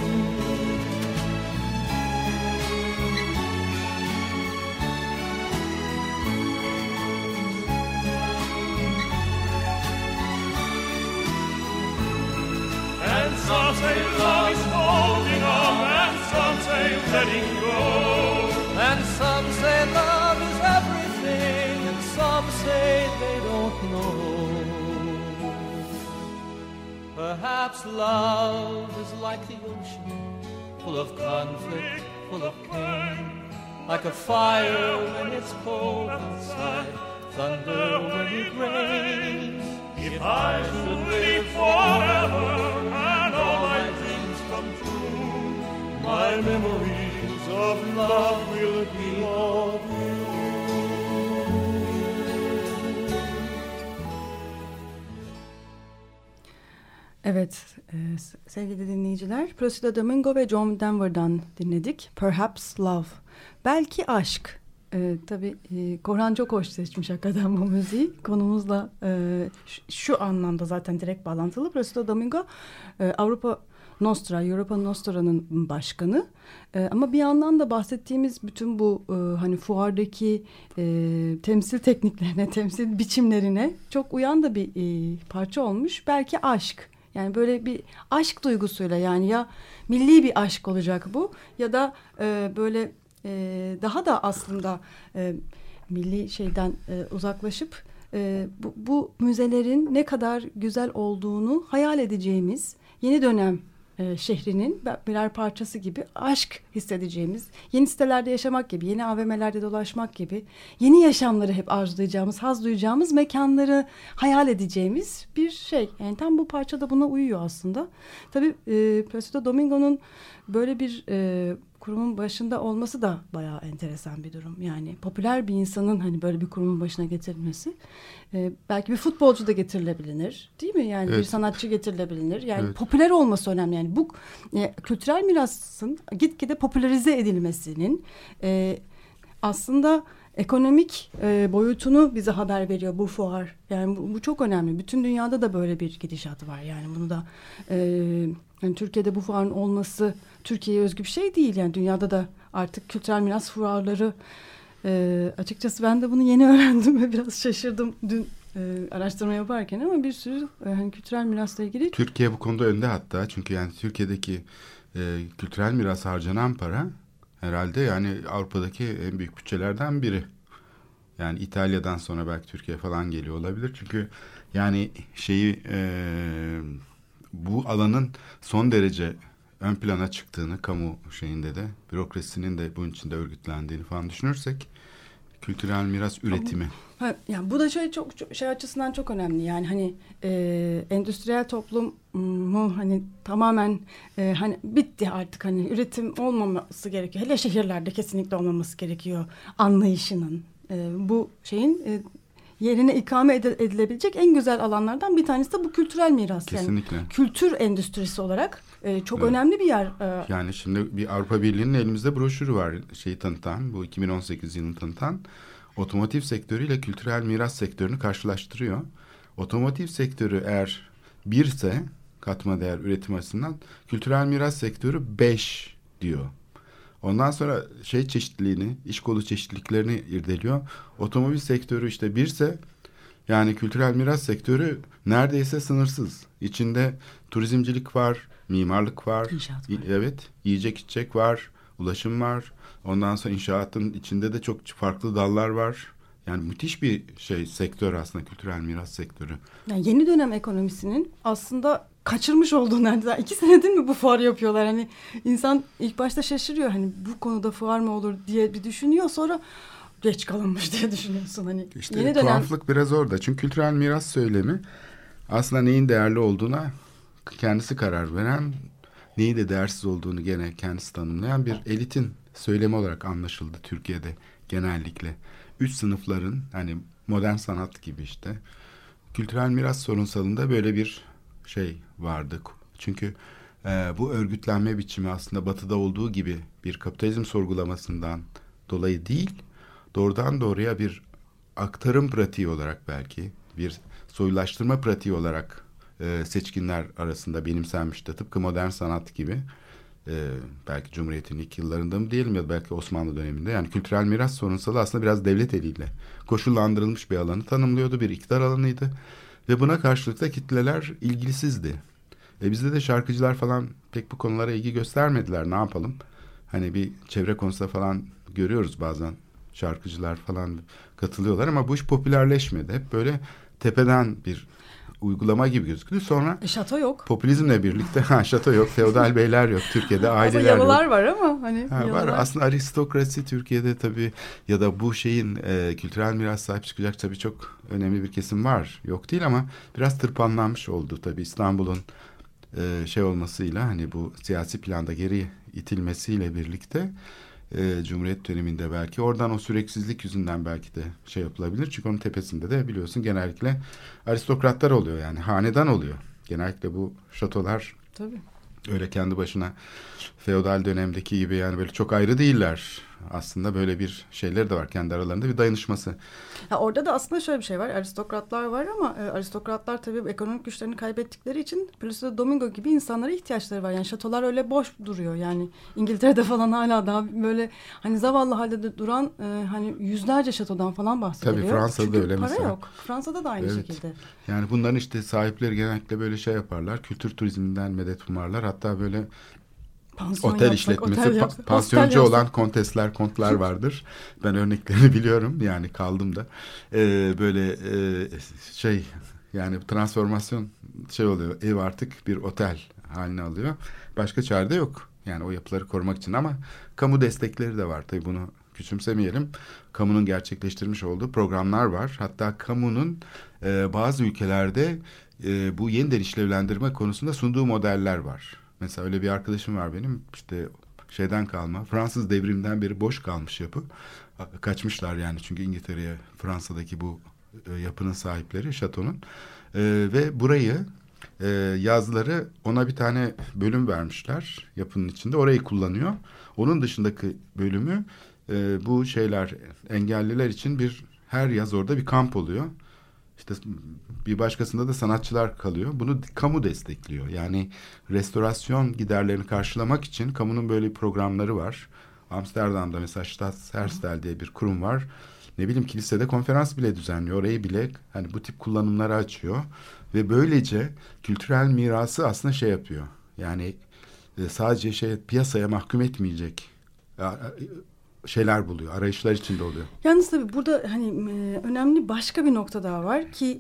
Speaker 7: And some say love is holding on, and some say letting go.
Speaker 8: And some say love is everything, and some say they don't know. Perhaps love is like the ocean, full of conflict, full of pain. Like a fire when it's cold outside, thunder when it rains.
Speaker 7: If I should live forever and all my dreams come true, my memories of love will be of you.
Speaker 6: Evet, sevgili dinleyiciler, Placido Domingo ve John Denver'dan dinledik. Perhaps Love, belki aşk. Tabii Korhan çok hoş seçmiş hakikaten bu müziği. Konumuzla şu anlamda zaten direkt bağlantılı. Placido Domingo Europa Nostra'nın başkanı. Ama bir yandan da bahsettiğimiz bütün bu hani fuardaki temsil tekniklerine, temsil biçimlerine çok uyan da bir parça olmuş. Belki aşk. Yani böyle bir aşk duygusuyla, yani ya milli bir aşk olacak bu ya da böyle daha da aslında milli şeyden uzaklaşıp bu müzelerin ne kadar güzel olduğunu hayal edeceğimiz yeni dönem şehrinin birer parçası gibi aşk hissedeceğimiz, yeni sitelerde yaşamak gibi, yeni AVM'lerde dolaşmak gibi, yeni yaşamları hep arzulayacağımız, haz duyacağımız mekanları hayal edeceğimiz bir şey. Yani tam bu parça da buna uyuyor aslında. Tabii Placido Domingo'nun böyle bir kurumun başında olması da bayağı enteresan bir durum. Yani popüler bir insanın hani böyle bir kurumun başına getirilmesi. Belki bir futbolcu da getirilebilir, değil mi? Yani
Speaker 5: evet,
Speaker 6: bir sanatçı getirilebilir. Yani
Speaker 5: evet,
Speaker 6: popüler olması önemli. Yani bu kültürel mirasın gitgide popülerize edilmesinin aslında ekonomik boyutunu bize haber veriyor bu fuar. Yani bu çok önemli. Bütün dünyada da böyle bir gidişat var. Yani bunu da yani Türkiye'de bu fuarın olması Türkiye'ye özgü bir şey değil. Yani dünyada da artık kültürel miras fuarları, açıkçası ben de bunu yeni öğrendim ve biraz şaşırdım dün araştırma yaparken, ama bir sürü hani kültürel mirasla ilgili.
Speaker 5: Türkiye bu konuda önde hatta, çünkü yani Türkiye'deki kültürel miras harcanan para herhalde yani Avrupa'daki en büyük bütçelerden biri. Yani İtalya'dan sonra belki Türkiye falan geliyor olabilir. Çünkü yani bu alanın son derece ön plana çıktığını, kamu şeyinde de, bürokrasinin de bunun içinde örgütlendiğini falan düşünürsek, kültürel miras üretimi.
Speaker 6: Yani bu da çok şey açısından çok önemli. Yani hani endüstriyel toplumu hani tamamen hani bitti artık, hani üretim olmaması gerekiyor. Hele şehirlerde kesinlikle olmaması gerekiyor anlayışının. Bu şeyin yerine ikame edilebilecek en güzel alanlardan bir tanesi de bu kültürel miras.
Speaker 5: Kesinlikle.
Speaker 6: Yani kültür endüstrisi olarak çok önemli bir yer.
Speaker 5: Yani şimdi bir Avrupa Birliği'nin elimizde broşürü var, şeyi tanıtan, bu 2018 yılını tanıtan. Otomotiv sektörüyle kültürel miras sektörünü karşılaştırıyor. Otomotiv sektörü eğer 1 ise katma değer üretim açısından, kültürel miras sektörü 5 diyor. Ondan sonra çeşitliliğini, iş kolu çeşitliliklerini irdeliyor. Otomobil sektörü işte 1 ise, yani kültürel miras sektörü neredeyse sınırsız. İçinde turizmcilik var, mimarlık var,
Speaker 6: İnşaat var.
Speaker 5: Evet, yiyecek içecek var, ulaşım var. Ondan sonra inşaatın içinde de çok farklı dallar var. Yani müthiş bir sektör aslında kültürel miras sektörü.
Speaker 6: Yani yeni dönem ekonomisinin aslında kaçırmış olduğu nerede? 2 senedir mi bu fuar yapıyorlar? Hani insan ilk başta şaşırıyor. Hani bu konuda fuar mı olur diye bir düşünüyor. Sonra geç kalınmış diye düşünüyorsun. Hani
Speaker 5: İşte
Speaker 6: yeni dönem...
Speaker 5: tuhaflık biraz orada. Çünkü kültürel miras söylemi aslında neyin değerli olduğuna kendisi karar veren, neyi de değersiz olduğunu gene kendisi tanımlayan bir elitin söylemi olarak anlaşıldı Türkiye'de genellikle. 3 sınıfların, hani modern sanat gibi işte, kültürel miras sorunsalında böyle bir şey vardı. Çünkü bu örgütlenme biçimi aslında Batı'da olduğu gibi bir kapitalizm sorgulamasından dolayı değil, doğrudan doğruya bir aktarım pratiği olarak, belki bir soyulaştırma pratiği olarak seçkinler arasında benimsenmişti. Tıpkı modern sanat gibi. Belki Cumhuriyet'in ilk yıllarında mı diyelim, ya da belki Osmanlı döneminde. Yani kültürel miras sorunsalı aslında biraz devlet eliyle koşullandırılmış bir alanı tanımlıyordu. Bir iktidar alanıydı. Ve buna karşılık da kitleler ilgisizdi. Bizde de şarkıcılar falan pek bu konulara ilgi göstermediler. Ne yapalım? Hani bir çevre konusunda falan görüyoruz bazen, şarkıcılar falan katılıyorlar ama bu iş popülerleşmedi. Hep böyle tepeden bir uygulama gibi gözüktü. Sonra
Speaker 6: şato yok.
Speaker 5: Popülizmle birlikte şato yok, feodal beyler yok Türkiye'de, aileler yok.
Speaker 6: Yalılar var ama hani
Speaker 5: var. Aslında aristokrasi Türkiye'de tabii, ya da bu şeyin kültürel miras sahip çıkacak tabii çok önemli bir kesim var. Yok değil ama biraz tırpanlanmış oldu tabii İstanbul'un olmasıyla, hani bu siyasi planda geri itilmesiyle birlikte. Cumhuriyet döneminde belki oradan, o süreksizlik yüzünden belki de yapılabilir. Çünkü onun tepesinde de biliyorsun genellikle aristokratlar oluyor, yani hanedan oluyor. Genellikle bu şatolar
Speaker 6: tabii
Speaker 5: öyle kendi başına feodal dönemdeki gibi yani böyle çok ayrı değiller. Aslında böyle bir şeyleri de var, kendi aralarında bir dayanışması.
Speaker 6: Orada da aslında şöyle bir şey var. Aristokratlar var ama aristokratlar tabii ekonomik güçlerini kaybettikleri için Placido Domingo gibi insanlara ihtiyaçları var. Yani şatolar öyle boş duruyor. Yani İngiltere'de falan hala daha böyle hani zavallı halde duran hani yüzlerce şatodan falan bahsediliyor.
Speaker 5: Tabii Fransa'da
Speaker 6: çünkü
Speaker 5: öyle
Speaker 6: para
Speaker 5: mesela.
Speaker 6: yok. Fransa'da da aynı şekilde.
Speaker 5: Yani bunların işte sahipleri genellikle böyle yaparlar. Kültür turizminden medet umarlar. Hatta böyle otel işletmesi, pansiyoncu olan kontesler, kontlar vardır. Ben örneklerini biliyorum. Yani kaldım da. Böyle yani transformasyon oluyor. Ev artık bir otel haline alıyor. Başka çare de yok. Yani o yapıları korumak için, ama kamu destekleri de var. Tabii bunu küçümsemeyelim. Kamunun gerçekleştirmiş olduğu programlar var. Hatta kamunun bazı ülkelerde bu yeniden işlevlendirme konusunda sunduğu modeller var. Mesela öyle bir arkadaşım var benim, işte şeyden kalma, Fransız devriminden beri boş kalmış yapı. Kaçmışlar yani, çünkü İngiltere'ye, Fransa'daki bu yapının sahipleri, şatonun. Ve burayı yazları ona bir tane bölüm vermişler yapının içinde, orayı kullanıyor. Onun dışındaki bölümü bu engelliler için her yaz orada bir kamp oluyor. İşte bir başkasında da sanatçılar kalıyor. Bunu kamu destekliyor. Yani restorasyon giderlerini karşılamak için kamunun böyle programları var. Amsterdam'da mesela Staatsherstel diye bir kurum var. Ne bileyim, kilisede konferans bile düzenliyor. Orayı bile hani bu tip kullanımları açıyor. Ve böylece kültürel mirası aslında yapıyor. Yani sadece piyasaya mahkum etmeyecek. şeyler buluyor, arayışlar içinde oluyor.
Speaker 6: Yalnız tabii burada hani önemli başka bir nokta daha var ki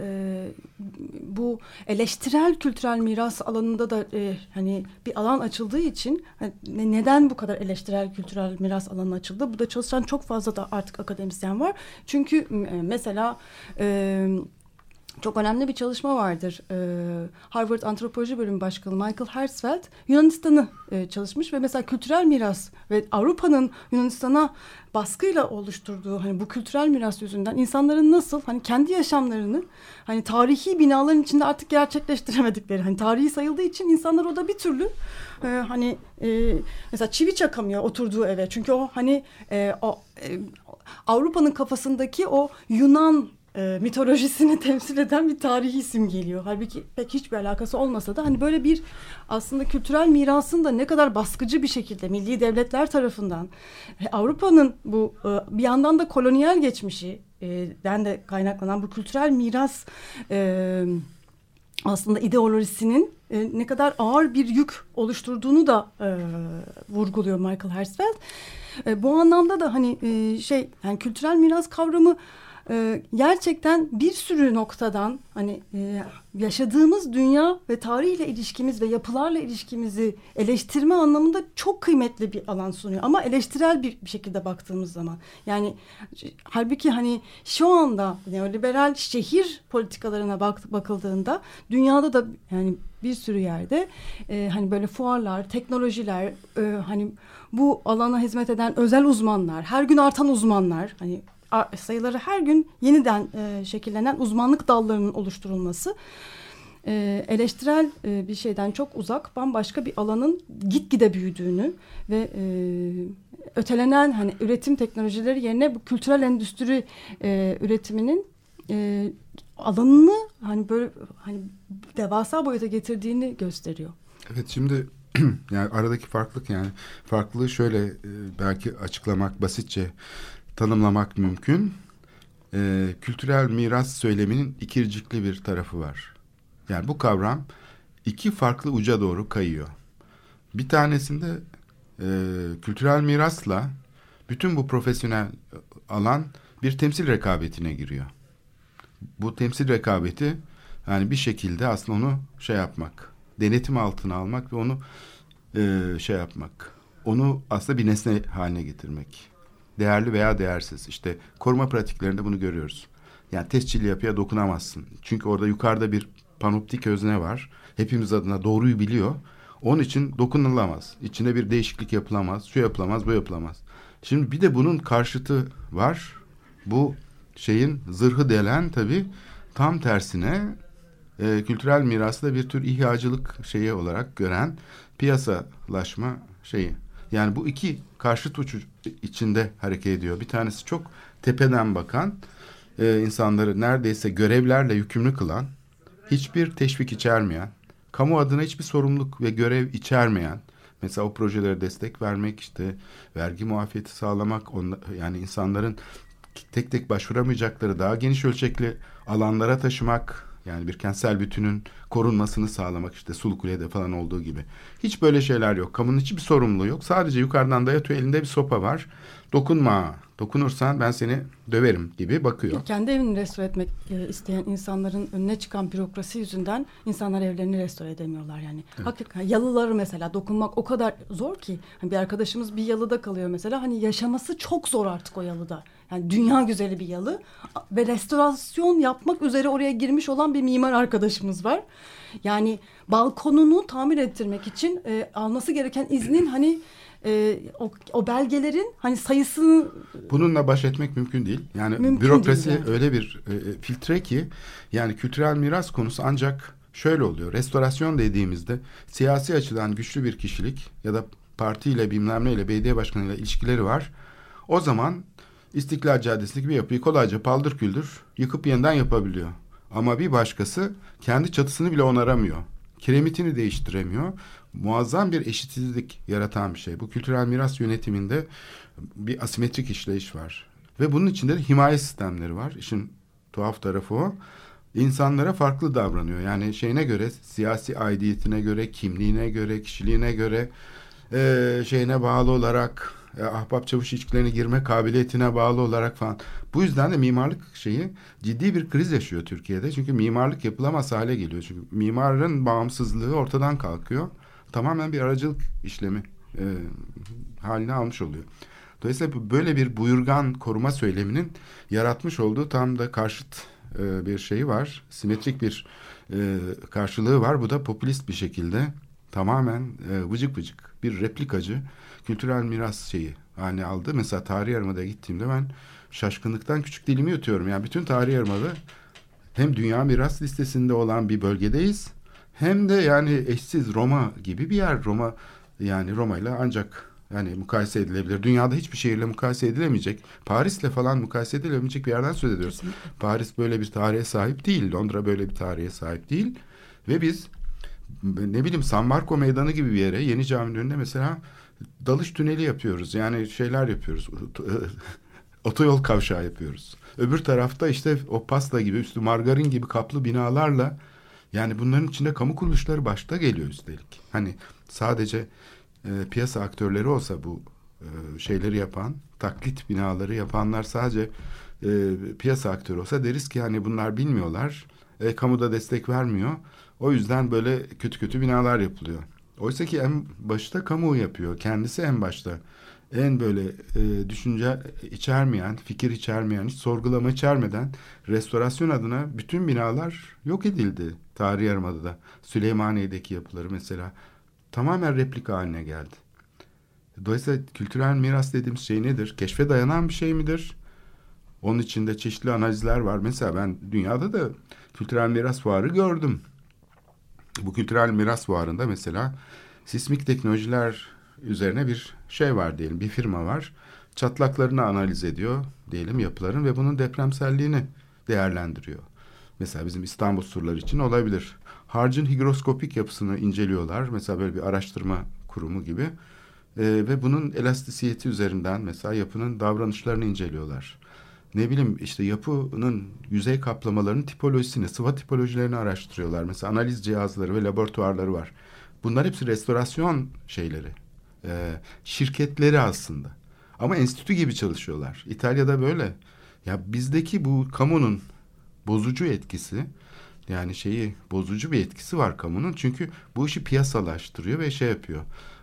Speaker 6: bu eleştirel kültürel miras alanında da hani bir alan açıldığı için hani neden bu kadar eleştirel kültürel miras alanı açıldı? Burada çalışan çok fazla da artık akademisyen var. Çünkü mesela çok önemli bir çalışma vardır. Harvard Antropoloji Bölümü Başkanı Michael Herzfeld Yunanistan'ı çalışmış ve mesela kültürel miras ve Avrupa'nın Yunanistan'a baskıyla oluşturduğu hani bu kültürel miras yüzünden insanların nasıl hani kendi yaşamlarını hani tarihi binaların içinde artık gerçekleştiremedikleri hani tarihi sayıldığı için insanlar o da bir türlü hani mesela çivi çakamıyor oturduğu eve çünkü o hani Avrupa'nın kafasındaki o Yunan mitolojisini temsil eden bir tarihi isim geliyor. Halbuki pek hiçbir alakası olmasa da hani böyle bir aslında kültürel mirasın da ne kadar baskıcı bir şekilde milli devletler tarafından Avrupa'nın bu bir yandan da kolonyal geçmişinden de kaynaklanan bu kültürel miras aslında ideolojisinin ne kadar ağır bir yük oluşturduğunu da vurguluyor Michael Herzfeld. Bu anlamda da hani yani kültürel miras kavramı gerçekten bir sürü noktadan hani yaşadığımız dünya ve tarihle ilişkimiz ve yapılarla ilişkimizi eleştirme anlamında çok kıymetli bir alan sunuyor. Ama eleştirel bir şekilde baktığımız zaman yani halbuki hani şu anda neoliberal şehir politikalarına bakıldığında dünyada da yani bir sürü yerde hani böyle fuarlar, teknolojiler hani bu alana hizmet eden özel uzmanlar, her gün artan uzmanlar hani sayıları her gün yeniden şekillenen uzmanlık dallarının oluşturulması eleştirel bir şeyden çok uzak bambaşka bir alanın gitgide büyüdüğünü ve ötelenen hani üretim teknolojileri yerine bu kültürel endüstri üretiminin alanını hani böyle hani devasa boyuta getirdiğini gösteriyor.
Speaker 5: Evet şimdi yani aradaki farklılık yani farklılığı şöyle belki açıklamak basitçe tanımlamak mümkün. Kültürel miras söyleminin ikircikli bir tarafı var. Yani bu kavram iki farklı uca doğru kayıyor. Bir tanesinde kültürel mirasla bütün bu profesyonel alan bir temsil rekabetine giriyor. Bu temsil rekabeti yani bir şekilde aslında onu yapmak, denetim altına almak ve onu yapmak. Onu aslında bir nesne haline getirmek. Değerli veya değersiz. İşte koruma pratiklerinde bunu görüyoruz. Yani tescilli yapıya dokunamazsın. Çünkü orada yukarıda bir panoptik özne var. Hepimiz adına doğruyu biliyor. Onun için dokunulamaz. İçine bir değişiklik yapılamaz. Şu yapılamaz, bu yapılamaz. Şimdi bir de bunun karşıtı var. Bu şeyin zırhı delen tabii tam tersine kültürel mirası da bir tür ihyacılık şeyi olarak gören piyasalaşma şeyi. Yani bu iki karşıt uç içinde hareket ediyor. Bir tanesi çok tepeden bakan, insanları neredeyse görevlerle yükümlü kılan, hiçbir teşvik içermeyen, kamu adına hiçbir sorumluluk ve görev içermeyen, mesela o projelere destek vermek, işte vergi muafiyeti sağlamak, yani insanların tek tek başvuramayacakları daha geniş ölçekli alanlara taşımak, yani bir kentsel bütünün korunmasını sağlamak, işte Sulukule'de falan olduğu gibi. Hiç böyle şeyler yok. Kamunun hiçbir sorumluluğu yok. Sadece yukarıdan dayatıyor, elinde bir sopa var. Dokunma, dokunursan ben seni döverim gibi bakıyor.
Speaker 6: Kendi evini restore etmek isteyen insanların önüne çıkan bürokrasi yüzünden insanlar evlerini restore edemiyorlar yani. Evet. Hakikaten yalıları mesela dokunmak o kadar zor ki. Hani bir arkadaşımız bir yalıda kalıyor mesela. Hani yaşaması çok zor artık o yalıda. Yani dünya güzeli bir yalı ve restorasyon yapmak üzere oraya girmiş olan bir mimar arkadaşımız var. Yani balkonunu tamir ettirmek için alması gereken iznin hani o belgelerin hani sayısını...
Speaker 5: Bununla baş etmek mümkün değil. Yani
Speaker 6: mümkün
Speaker 5: bürokrasi
Speaker 6: değil yani.
Speaker 5: Öyle bir filtre ki yani kültürel miras konusu ancak şöyle oluyor. Restorasyon dediğimizde siyasi açıdan güçlü bir kişilik ya da partiyle bilmem neyle belediye başkanıyla ilişkileri var. O zaman İstiklal Caddesi'ndeki bir yapıyı kolayca paldır küldür yıkıp yeniden yapabiliyor. Ama bir başkası kendi çatısını bile onaramıyor. Kiremitini değiştiremiyor. Muazzam bir eşitsizlik yaratan bir şey. Bu kültürel miras yönetiminde bir asimetrik işleyiş var. Ve bunun içinde de himaye sistemleri var. İşin tuhaf tarafı o. İnsanlara farklı davranıyor. Yani şeyine göre, siyasi aidiyetine göre, kimliğine göre, kişiliğine göre şeyine bağlı olarak ahbap çavuş ilişkilerine girme kabiliyetine bağlı olarak falan. Bu yüzden de mimarlık şeyi ciddi bir kriz yaşıyor Türkiye'de. Çünkü mimarlık yapılamaz hale geliyor. Çünkü mimarın bağımsızlığı ortadan kalkıyor. Tamamen bir aracılık işlemi haline almış oluyor. Dolayısıyla böyle bir buyurgan koruma söyleminin yaratmış olduğu tam da karşıt bir şeyi var. Simetrik bir karşılığı var. Bu da popülist bir şekilde tamamen vıcık vıcık bir replikacı kültürel miras şeyi haline aldı. Mesela Tarihi Yarımada'ya gittiğimde ben şaşkınlıktan küçük dilimi yutuyorum. Yani bütün Tarihi Yarımada hem Dünya Miras Listesi'nde olan bir bölgedeyiz, hem de yani eşsiz Roma gibi bir yer. Roma, yani Roma ile ancak yani mukayese edilebilir. Dünyada hiçbir şehirle mukayese edilemeyecek, Paris'le falan mukayese edilemeyecek bir yerden söz ediyoruz. Kesinlikle. Paris böyle bir tarihe sahip değil. Londra böyle bir tarihe sahip değil. Ve biz ne bileyim San Marco Meydanı gibi bir yere, Yeni Cami'nin önünde mesela dalış tüneli yapıyoruz. Yani şeyler yapıyoruz. Otoyol kavşağı yapıyoruz. Öbür tarafta işte o pasta gibi, üstü margarin gibi kaplı binalarla, yani bunların içinde kamu kuruluşları başta geliyor üstelik. Hani sadece piyasa aktörleri olsa bu şeyleri yapan, taklit binaları yapanlar sadece piyasa aktörü olsa deriz ki hani bunlar bilmiyorlar, kamu da destek vermiyor. O yüzden böyle kötü kötü binalar yapılıyor. Oysa ki en başta kamu yapıyor. Kendisi en başta. En böyle düşünce içermeyen, fikir içermeyen, hiç sorgulama içermeden restorasyon adına bütün binalar yok edildi. Tarihi Yarımada'da. Süleymaniye'deki yapıları mesela tamamen replika haline geldi. Dolayısıyla kültürel miras dediğimiz şey nedir? Keşfe dayanan bir şey midir? Onun içinde çeşitli analizler var. Mesela ben dünyada da kültürel miras fuarı gördüm. Bu kültürel miras fuarında mesela sismik teknolojiler üzerine bir şey var diyelim. Bir firma var. Çatlaklarını analiz ediyor diyelim yapıların ve bunun depremselliğini değerlendiriyor. Mesela bizim İstanbul surları için olabilir. Harcın higroskopik yapısını inceliyorlar. Mesela böyle bir araştırma kurumu gibi. Ve bunun elastisiyeti üzerinden mesela yapının davranışlarını inceliyorlar. Ne bileyim işte yapının yüzey kaplamalarının tipolojisini, sıva tipolojilerini araştırıyorlar. Mesela analiz cihazları ve laboratuvarları var. Bunlar hepsi restorasyon şeyleri. Şirketleri aslında. Ama enstitü gibi çalışıyorlar. İtalya'da böyle. Ya bizdeki bu kamunun bozucu etkisi, yani bozucu bir etkisi var kamunun. Çünkü bu işi piyasalaştırıyor ve şey yapıyor.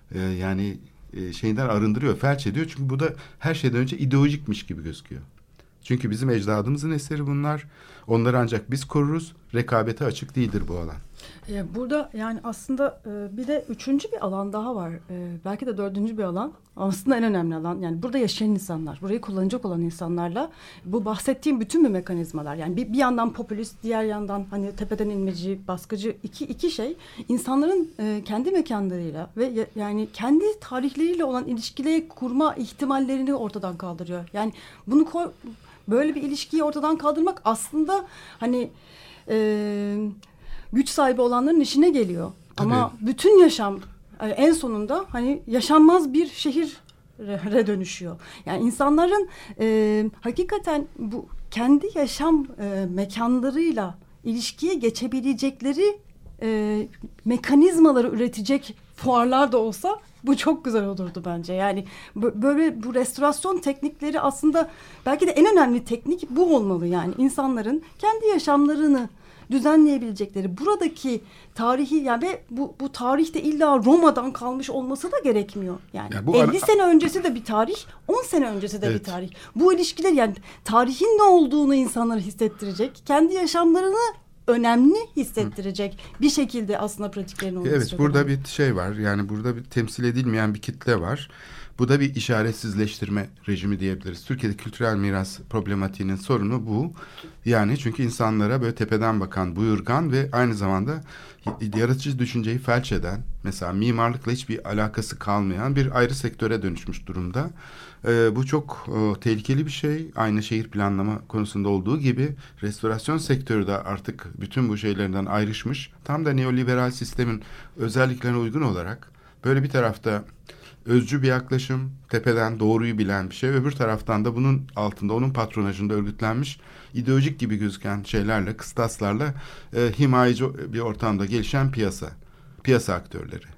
Speaker 5: Şeyden arındırıyor, felç ediyor. Çünkü bu da her şeyden önce ideolojikmiş gibi gözüküyor. Çünkü bizim ecdadımızın eseri bunlar. Onları ancak biz koruruz. Rekabete açık değildir bu alan.
Speaker 6: Burada yani aslında bir de üçüncü bir alan daha var. Belki de dördüncü bir alan. Aslında en önemli alan. Yani burada yaşayan insanlar, burayı kullanacak olan insanlarla bu bahsettiğim bütün bu mekanizmalar. Yani bir yandan popülist, diğer yandan hani tepeden inmeci, baskıcı iki şey insanların kendi mekanlarıyla ve yani kendi tarihleriyle olan ilişkileri kurma ihtimallerini ortadan kaldırıyor. Yani bunu böyle bir ilişkiyi ortadan kaldırmak aslında hani güç sahibi olanların işine geliyor. Tabii. Ama bütün yaşam en sonunda hani yaşanmaz bir şehire dönüşüyor. Yani insanların hakikaten bu kendi yaşam mekanlarıyla ilişkiye geçebilecekleri mekanizmaları üretecek fuarlar da olsa bu çok güzel olurdu bence. Yani böyle bu restorasyon teknikleri aslında belki de en önemli teknik bu olmalı. Yani insanların kendi yaşamlarını düzenleyebilecekleri buradaki tarihi yani ve bu tarihte illa Roma'dan kalmış olması da gerekmiyor. Yani 50 sene öncesi de bir tarih, 10 sene öncesi de bir tarih. Bu ilişkiler yani tarihin ne olduğunu insanlara hissettirecek, kendi yaşamlarını önemli hissettirecek bir şekilde aslında pratiklerin olması.
Speaker 5: Evet, burada bir şey var. Yani burada bir temsil edilmeyen bir kitle var. Bu da bir işaretsizleştirme rejimi diyebiliriz. Türkiye'de kültürel miras problematiğinin sorunu bu. Yani çünkü insanlara böyle tepeden bakan, buyurgan ve aynı zamanda yaratıcı düşünceyi felç eden, mesela mimarlıkla hiçbir alakası kalmayan bir ayrı sektöre dönüşmüş durumda. Bu çok tehlikeli bir şey. Aynı şehir planlama konusunda olduğu gibi restorasyon sektörü de artık bütün bu şeylerden ayrışmış. Tam da neoliberal sistemin özelliklerine uygun olarak böyle bir tarafta özcü bir yaklaşım, tepeden doğruyu bilen bir şey. Öbür taraftan da bunun altında, onun patronajında örgütlenmiş ideolojik gibi gözüken şeylerle, kıstaslarla himayeci bir ortamda gelişen piyasa aktörleri.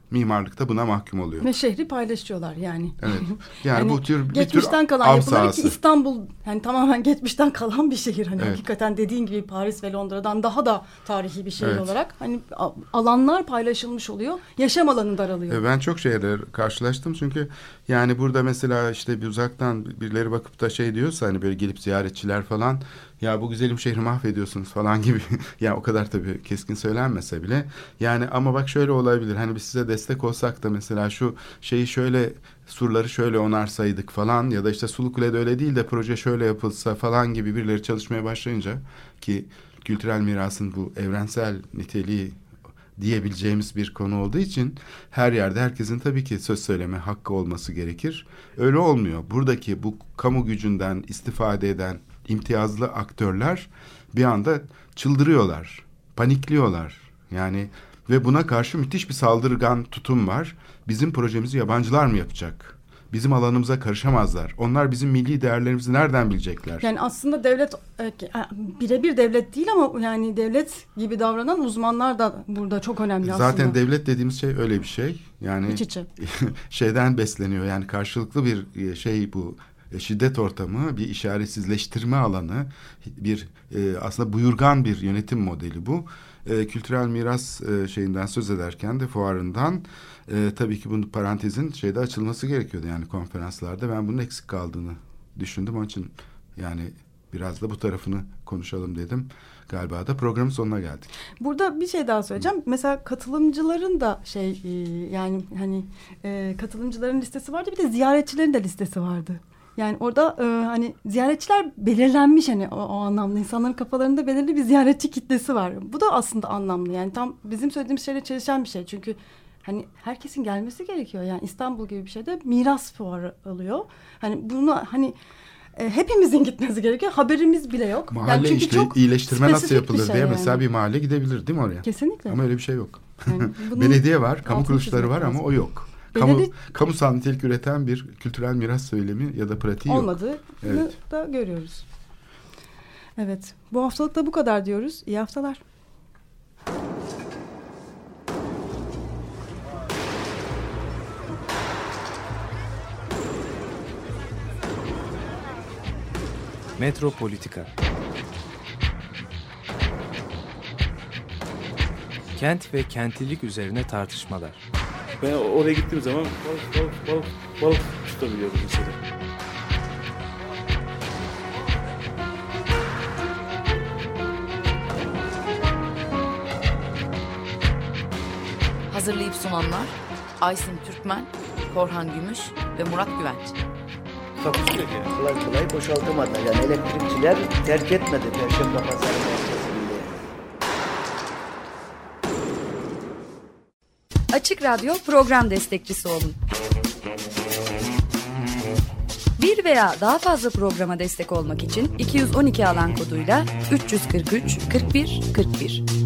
Speaker 5: mimarlıkta buna mahkum oluyor.
Speaker 6: Ve şehri paylaşıyorlar yani.
Speaker 5: Evet. Yani bu tür bir
Speaker 6: geçmişten
Speaker 5: tür
Speaker 6: kalan
Speaker 5: av
Speaker 6: yapılar
Speaker 5: sahası.
Speaker 6: ki İstanbul yani tamamen geçmişten kalan bir şehir. Hani
Speaker 5: Evet.
Speaker 6: hakikaten dediğin gibi Paris ve Londra'dan daha da tarihi bir şehir
Speaker 5: Evet.
Speaker 6: olarak hani alanlar paylaşılmış oluyor. Yaşam alanı daralıyor.
Speaker 5: Ben çok şeyler karşılaştım çünkü yani burada mesela işte bir uzaktan birileri bakıp da şey diyorsa hani böyle gelip ziyaretçiler falan ya bu güzelim şehri mahvediyorsunuz falan gibi yani o kadar tabii keskin söylenmese bile yani ama bak şöyle olabilir hani biz size destek olsak da mesela şu şeyi şöyle surları şöyle onarsaydık falan ya da işte Sulukule'de öyle değil de proje şöyle yapılsa falan gibi birileri çalışmaya başlayınca ki kültürel mirasın bu evrensel niteliği diyebileceğimiz bir konu olduğu için her yerde herkesin tabii ki söz söyleme hakkı olması gerekir. Öyle olmuyor. Buradaki bu kamu gücünden istifade eden imtiyazlı aktörler bir anda çıldırıyorlar, panikliyorlar. Yani ve buna karşı müthiş bir saldırgan tutum var. Bizim projemizi yabancılar mı yapacak? Bizim alanımıza karışamazlar. Onlar bizim milli değerlerimizi nereden bilecekler?
Speaker 6: Yani aslında devlet birebir devlet değil ama yani devlet gibi davranan uzmanlar da burada çok önemli aslında.
Speaker 5: Zaten devlet dediğimiz şey öyle bir şey. Yani
Speaker 6: İç içe.
Speaker 5: şeyden besleniyor. Yani karşılıklı bir şey bu şiddet ortamı, bir işaretsizleştirme alanı, bir aslında buyurgan bir yönetim modeli bu. Kültürel miras şeyinden söz ederken de fuarından tabii ki bunun parantezin şeyde açılması gerekiyordu. Yani konferanslarda ben bunun eksik kaldığını düşündüm. Onun için yani biraz da bu tarafını konuşalım dedim. Galiba da programın sonuna geldik.
Speaker 6: Burada bir şey daha söyleyeceğim. Mesela katılımcıların da yani hani katılımcıların listesi vardı, bir de ziyaretçilerin de listesi vardı. Yani orada hani ziyaretçiler belirlenmiş hani o anlamda insanların kafalarında belirli bir ziyaretçi kitlesi var. Bu da aslında anlamlı. Yani tam bizim söylediğimiz şeyle çelişen bir şey. Çünkü hani herkesin gelmesi gerekiyor. Yani İstanbul gibi bir şeyde miras fuarı alıyor. Hani bunu hani hepimizin gitmesi gerekiyor. Haberimiz bile yok.
Speaker 5: Mahalle
Speaker 6: yani çok
Speaker 5: iyileştirme nasıl yapılır diye
Speaker 6: yani.
Speaker 5: Mesela bir mahalle gidebilir değil mi oraya?
Speaker 6: Kesinlikle.
Speaker 5: Ama öyle bir şey yok.
Speaker 6: Yani
Speaker 5: Belediye var, kamu kuruluşları var ama o yok.
Speaker 6: Belediye...
Speaker 5: Kamusal nitelik üreten bir kültürel miras söylemi ya da pratiği yok.
Speaker 6: Olmadığını
Speaker 5: Evet.
Speaker 6: da görüyoruz. Evet. Bu haftalık da bu kadar diyoruz. İyi haftalar.
Speaker 1: Metropolitika. Kent ve kentlilik üzerine tartışmalar.
Speaker 2: Ben oraya gittiğim zaman balık tutabiliyordum mesela.
Speaker 3: Hazırlayıp sunanlar Aysin Türkmen, Korhan Gümüş ve Murat Güvenç.
Speaker 2: Takusuyor yani.
Speaker 4: Kolay kolay boşaltamadılar. Yani elektrikçiler terk etmedi Perşembe Pazarı merkezinde.
Speaker 9: Açık Radyo program destekçisi olun. Bir veya daha fazla programa destek olmak için 212 alan koduyla 343 41 41.